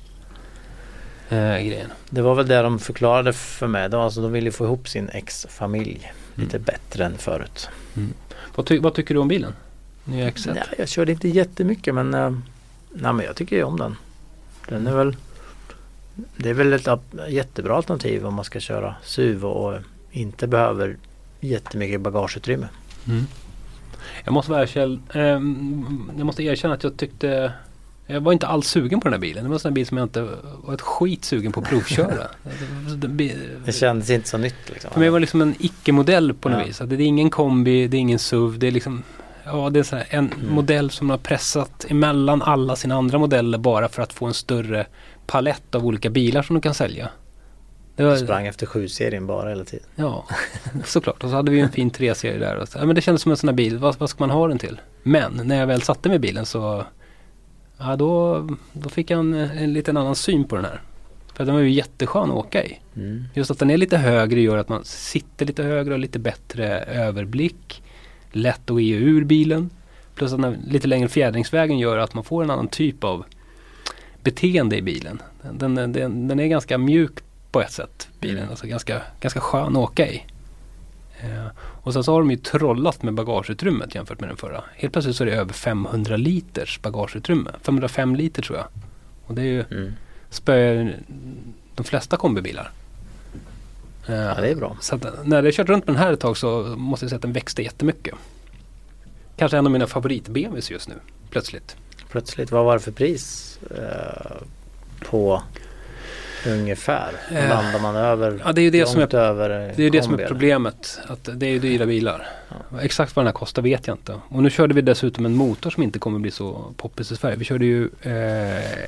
eh, grejen. Det var väl det de förklarade för mig. De, alltså, de ville få ihop sin ex-familj lite Mm. bättre än förut. Vad, ty- vad tycker du om bilen? Nya X ett? Nej, jag körde inte jättemycket, men, eh, nej, men jag tycker ju om den. Den är väl, det är väl ett ap- jättebra alternativ om man ska köra S U V och inte behöver jättemycket bagageutrymme. Mm. Jag måste vara erkänd, ehm, jag måste erkänna att jag tyckte jag var inte alls sugen på den här bilen. Det var en sån här bil som jag inte var ett skit sugen på att provköra. Den bi- Det kändes inte så nytt liksom. För mig var det liksom en icke-modell på något Ja. vis. Att det är ingen kombi, det är ingen S U V. Det är liksom ja, det är så här en Mm. modell som har pressat emellan alla sina andra modeller bara för att få en större palett av olika bilar som de kan sälja. Det var, Jag sprang efter sju-serien bara hela tiden. Ja, såklart. Och så hade vi en fin tre-serie där. Och så, ja, men det kändes som en sån här bil. Vad, vad ska man ha den till? Men när jag väl satte mig i bilen så ja, då, då fick jag en, en liten annan syn på den här. För den var ju jätteskön att åka i. Mm. Just att den är lite högre gör att man sitter lite högre och lite bättre överblick. Lätt att ge ur bilen. Plus att den lite längre fjädringsvägen gör att man får en annan typ av beteende i bilen. Den, den, den, den är ganska mjuk på ett sätt, bilen. Mm. Alltså ganska, ganska skön att åka i. Eh, och sen så har de ju trollat med bagageutrymmet jämfört med den förra. Helt plötsligt så är det över femhundra liters bagageutrymme. femhundrafem liter tror jag. Och det är ju Mm. spöar de flesta kombibilar. Eh, Ja, det är bra. så att när jag kört runt med den här ett tag så måste jag säga att den växte jättemycket. Kanske en av mina favorit-B M Ws just nu, plötsligt. Plötsligt, vad var det för pris eh, på ungefär? Eh, Landar man över? Ja, det är ju det som långt är, över det är, ju det som kombi, är eller? problemet. Att det är ju dyra bilar. Ja. Exakt vad den här kostar vet jag inte. Och nu körde vi dessutom en motor som inte kommer bli så poppis i Sverige. Vi körde ju eh,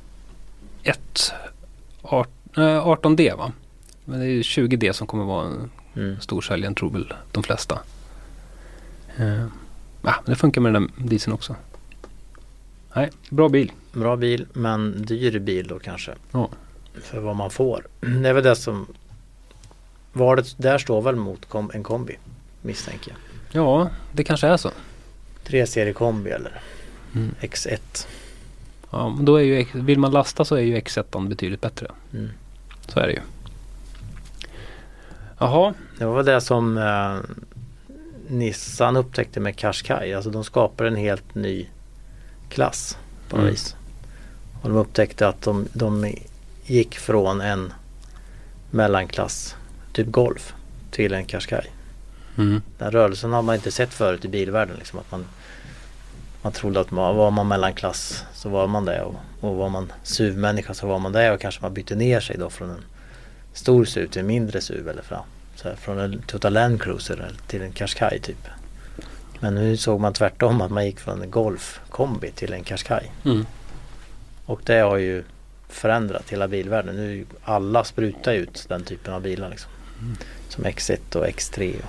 ett art, eh, arton D va? Men det är ju tjugo D som kommer vara en Mm. storsäljaren, tror väl de flesta. Eh, ja, men det funkar med den där dieseln också. Nej, bra bil. Bra bil, men dyr bil då kanske. Ja. För vad man får. Det är väl det som valet där står väl mot kom, en kombi, misstänker jag. Ja, det kanske är så. Tre serie kombi eller Mm. X ett. Ja, men då är ju, vill man lasta så är ju X ett betydligt bättre. Mm. Så är det ju. Jaha. Det var väl det som eh, Nissan upptäckte med Qashqai. Alltså de skapade en helt ny klass på något Mm. vis. Och de upptäckte att de, de gick från en mellanklass, typ Golf, till en Qashqai. Mm. Den rörelsen har man inte sett förut i bilvärlden. Liksom, att man, man trodde att man, var man mellanklass så var man det. Och, och var man S U V-människa så var man det. Och kanske man bytte ner sig då från en stor S U V till en mindre S U V. Eller fram, så här, från en Toyota Land Cruiser till en Qashqai typ. Men nu såg man tvärtom att man gick från en Golf kombi till en Qashqai. Mm. Och det har ju förändrat hela bilvärlden. Nu alla sprutar ut den typen av bilar liksom. Mm. Som X ett och X tre. Och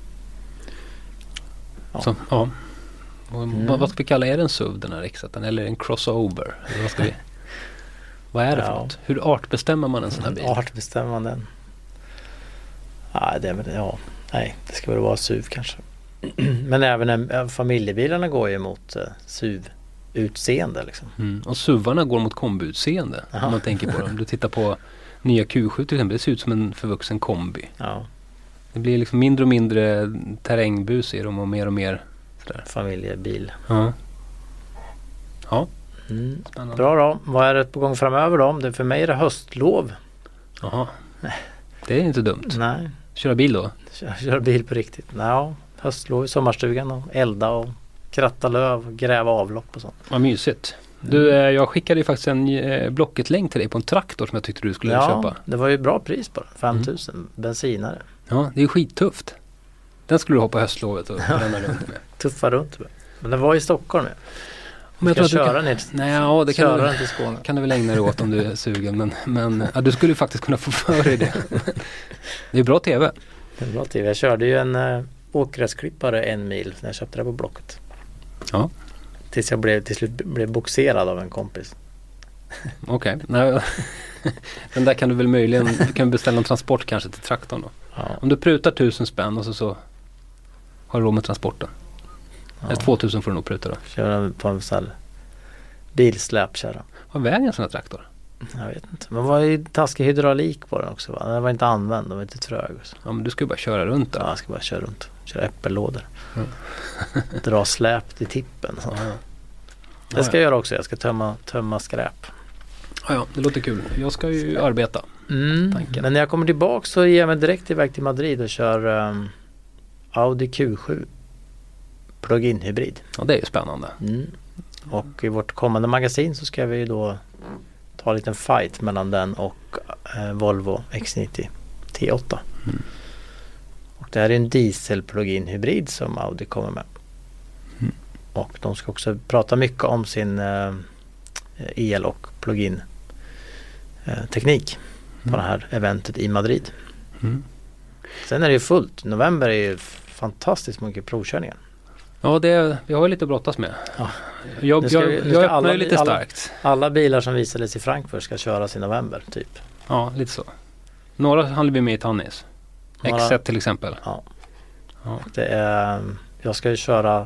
Ja. Så, ja. Och Mm. vad, vad ska vi kalla, är det en S U V den här X ett eller en crossover? Eller vad ska vi... Vad är det för Ja. något? Hur artbestämmer man en sån här bil? Art bestämmer man den. Ja, det är väl, ja, nej, det ska väl vara S U V kanske. Men även en, familjebilarna går ju mot uh, S U V-utseende liksom. Mm. Och S U V-arna går mot kombiutseende. Aha. Om man tänker på dem. Du tittar på nya Q sju till exempel. Det ser ut som en förvuxen kombi. Ja, Det blir liksom mindre och mindre terrängbus i dem och mer och mer sådär. familjebil. Ja. Ja, Mm. spännande. Bra då. Vad är det på gång framöver då? Det, för mig är det höstlov. Jaha. Det är inte dumt. Nej, Köra bil då? kör, kör bil på riktigt. Ja, höstlov i sommarstugan och elda och kratta löv, gräva avlopp och sånt. Vad mysigt. Du, eh, jag skickade ju faktiskt en eh, Blocket-länk till dig på en traktor som jag tyckte du skulle Ja, köpa. det var ju bra pris på den. fem tusen bensinare. Ja, det är ju skittufft. Den skulle du ha på höstlovet och ränna runt med. Tuffa runt. Men det var i Stockholm nu. Men jag Ska tror att du köra kan... ner Nej, ja, det kan köra du, den till Skåne. kan du väl ägna dig åt om du är sugen. Men, men ja, du skulle ju faktiskt kunna få för dig det. Det är bra tv. Det är bra tv. Jag körde ju en äh, åkgräsklippare en mil när jag köpte det på Blocket. Ja. Tills jag blev, till slut blev boxerad av en kompis. Okej. Okay. Den där kan du väl möjligen, du kan beställa en transport kanske till traktorn då. Ja. Om du prutar tusen spänn och så, så har du råd med transporten. Ja. Eller tvåtusen får du nog pruta då. Köra på en sån här bilsläp köra. Vad väger en sån här traktor? Jag vet inte. Men det var ju taskig hydraulik på den också va? Den var inte använd, den var inte trög. Så. Ja, men du ska ju bara köra runt där. Ja, jag ska bara köra runt. Köra äppellådor. Mm. Dra släp till tippen. Så. Ja, ja. Det ska jag göra också. Jag ska tömma, tömma skräp. Ja, ja, det låter kul. Jag ska ju arbeta. Mm. Tanken. Men när jag kommer tillbaka så ger jag mig direkt iväg till Madrid och kör um, Audi Q sju plug-in hybrid. Ja, det är ju spännande. Mm. Och i vårt kommande magasin så ska vi ju då ta en liten fight mellan den och eh, Volvo X nittio T åtta. Mm. Och det här är en diesel plug-in hybrid som Audi kommer med. Mm. Och de ska också prata mycket om sin eh, el och plug-in eh, teknik Mm. på det här eventet i Madrid. Mm. Sen är det ju fullt. November är ju fantastiskt mycket provkörningar. Ja, det, vi har ju lite att brottas med. Ja. Jag, Nu ska jag, vi- nu jag ska öppnar alla- ju lite alla- starkt. Alla bilar som visades i Frankfurt ska köras i november typ. Ja, lite så. Några hann vi med i Tannis. Några- X ett till exempel. Ja. Ja. Det är, jag ska ju köra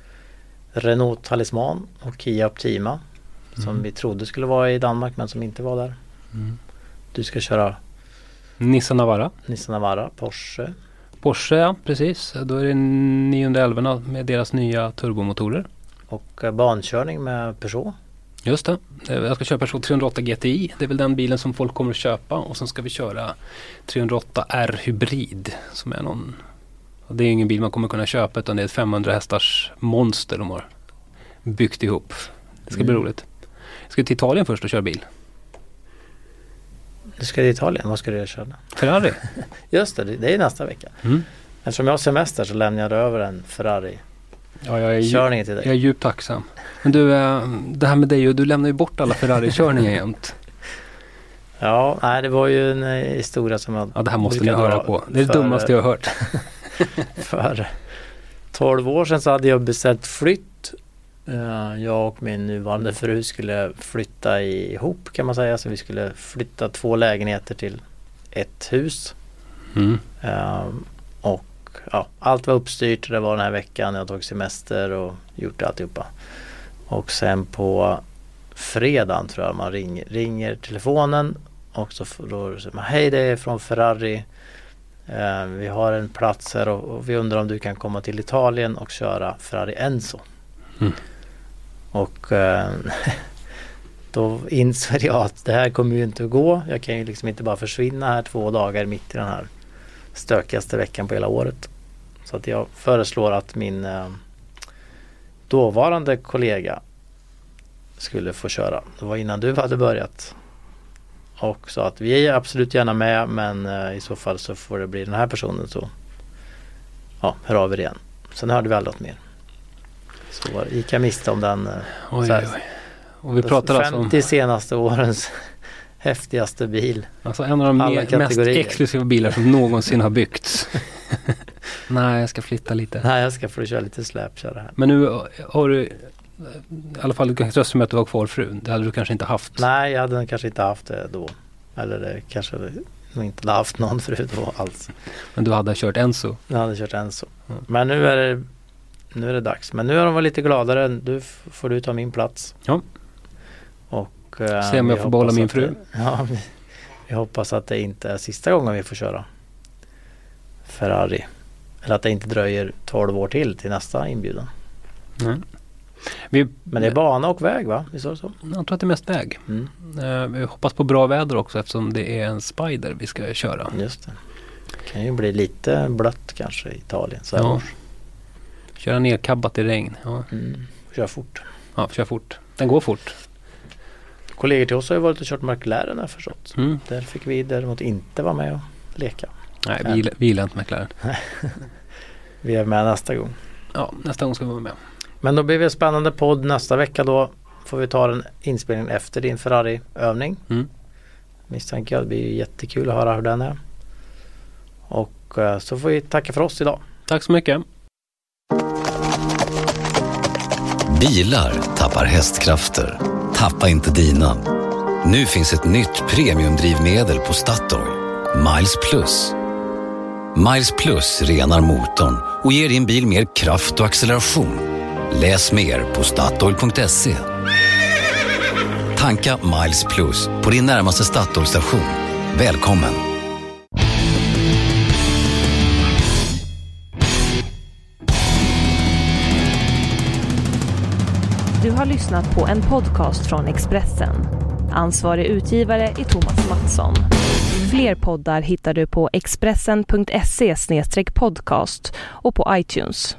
Renault Talisman och Kia Optima som Mm. vi trodde skulle vara i Danmark men som inte var där. Mm. Du ska köra Nissan Navara. Nissan Navara, Porsche. Porsche, ja, precis. Då är det niohundraelva med deras nya turbomotorer. Och eh, bankörning med Peugeot. Just det. Eh, Jag ska köra Peugeot trehundraåtta G T I. Det är väl den bilen som folk kommer att köpa. Och sen ska vi köra trehundraåtta R Hybrid. Som är någon... och det är ingen bil man kommer kunna köpa utan det är ett femhundra hästars monster de har byggt ihop. Det ska bli Mm. roligt. Jag ska till Italien först och köra bil. Du ska till Italien, vad ska du göra köra? Ferrari. Just det, det är nästa vecka. Mm. Eftersom jag har semester så lämnar jag över en Ferrari-körning Ja, jag är, dju- till dig. jag är djupt tacksam. Men du, eh, det här med dig och du lämnar ju bort alla Ferrari-körningar jämt. Ja, nej, det var ju en eh, historia som jag Ja, det här måste ni brukar höra dra på. Det är det för- dummaste jag har hört. För tolv år sedan så hade jag beställt flytt. Eh, Jag och min nuvarande fru skulle flytta ihop kan man säga. Så vi skulle flytta två lägenheter till ett hus. Mm. Eh, Och ja, allt var uppstyrt. Det var den här veckan. Jag tog semester och gjort alltihopa. Och sen på fredagen tror jag man ringer, ringer telefonen. Och så får då säger man, hej det är från Ferrari. Eh, vi har en plats här och, och vi undrar om du kan komma till Italien och köra Ferrari Enzo. Mm. Och eh, då insåg jag att det här kommer ju inte att gå. Jag kan ju liksom inte bara försvinna här två dagar mitt i den här stökigaste veckan på hela året. Så att jag föreslår att min eh, dåvarande kollega skulle få köra. Det var innan du hade börjat. Och sa att vi är absolut gärna med, men eh, i så fall så får det bli den här personen, så ja, hör av er igen. Sen hörde vi aldrig något mer. Så gick jag miste om den eh, oj, så här, oj. Och vi pratar femtio alltså om senaste årens häftigaste bil. Alltså en av de mer, mest exklusiva bilar som någonsin har byggts. Nej, jag ska flytta lite. Nej, jag ska få köra lite släpköra här. Men nu har du i alla fall, du kan trösta med att du var kvar frun. Det hade du kanske inte haft. Nej, jag hade kanske inte haft det då. Eller det kanske nog inte hade haft någon fru då alls. Men du hade kört Enzo. Jag hade kört Enzo. Mm. Men nu är det nu är det dags. Men nu är de väl lite gladare. Du f- får du ta min plats. Ja. Och eh, se om jag får behålla min fru. Det, ja, vi, vi hoppas att det inte är sista gången vi får köra Ferrari. Eller att det inte dröjer tolv år till till nästa inbjudan. Mm. Vi, Men det är bana och väg, va? Visst är det så? Jag tror att det är mest väg. Mm. Uh, vi hoppas på bra väder också, eftersom det är en Spider vi ska köra. Just det. Det kan ju bli lite blött kanske i Italien. Så ja. Köra ner kabbat i regn. Ja. Mm. Kör fort. Ja, kör fort. Den går fort. Kollegor till oss har ju varit och kört McLaren, har förstått. Mm. Där fick vi däremot inte vara med och leka. Nej, vi, vi gillar inte McLaren. Vi är med nästa gång. Ja, nästa gång ska vi vara med. Men då blir det en spännande podd nästa vecka då. Får vi ta den inspelningen efter din Ferrari-övning. Mm. Misstänker jag. Det blir jättekul att höra hur den är. Och uh, så får vi tacka för oss idag. Tack så mycket. Bilar tappar hästkrafter. Tappa inte dina. Nu finns ett nytt premiumdrivmedel på Statoil. Miles Plus. Miles Plus renar motorn och ger din bil mer kraft och acceleration. Läs mer på statoil punkt se. Tanka Miles Plus på din närmaste Statoil-station. Välkommen! Du har lyssnat på en podcast från Expressen. Ansvarig utgivare är Thomas Mattsson. Fler poddar hittar du på expressen punkt se slash podcast och på iTunes.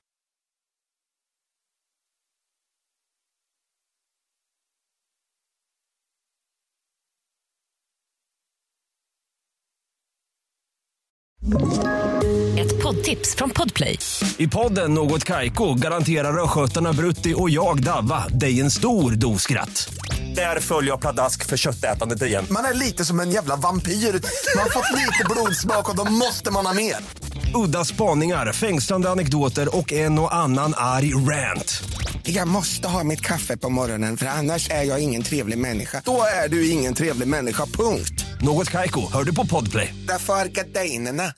Ett poddtips från Podplay. I podden Något Kaiko garanterar röskötarna Brutti och jag Davva dig en stor doskratt. Där följer jag pladask för köttätandet igen. Man är lite som en jävla vampyr. Man har fått lite blodsmak och då måste man ha mer. Udda spaningar, fängslande anekdoter och en och annan arg rant. Jag måste ha mitt kaffe på morgonen för annars är jag ingen trevlig människa. Då är du ingen trevlig människa, punkt. Något Kaiko, hör du på Podplay. Därför är gardinerna.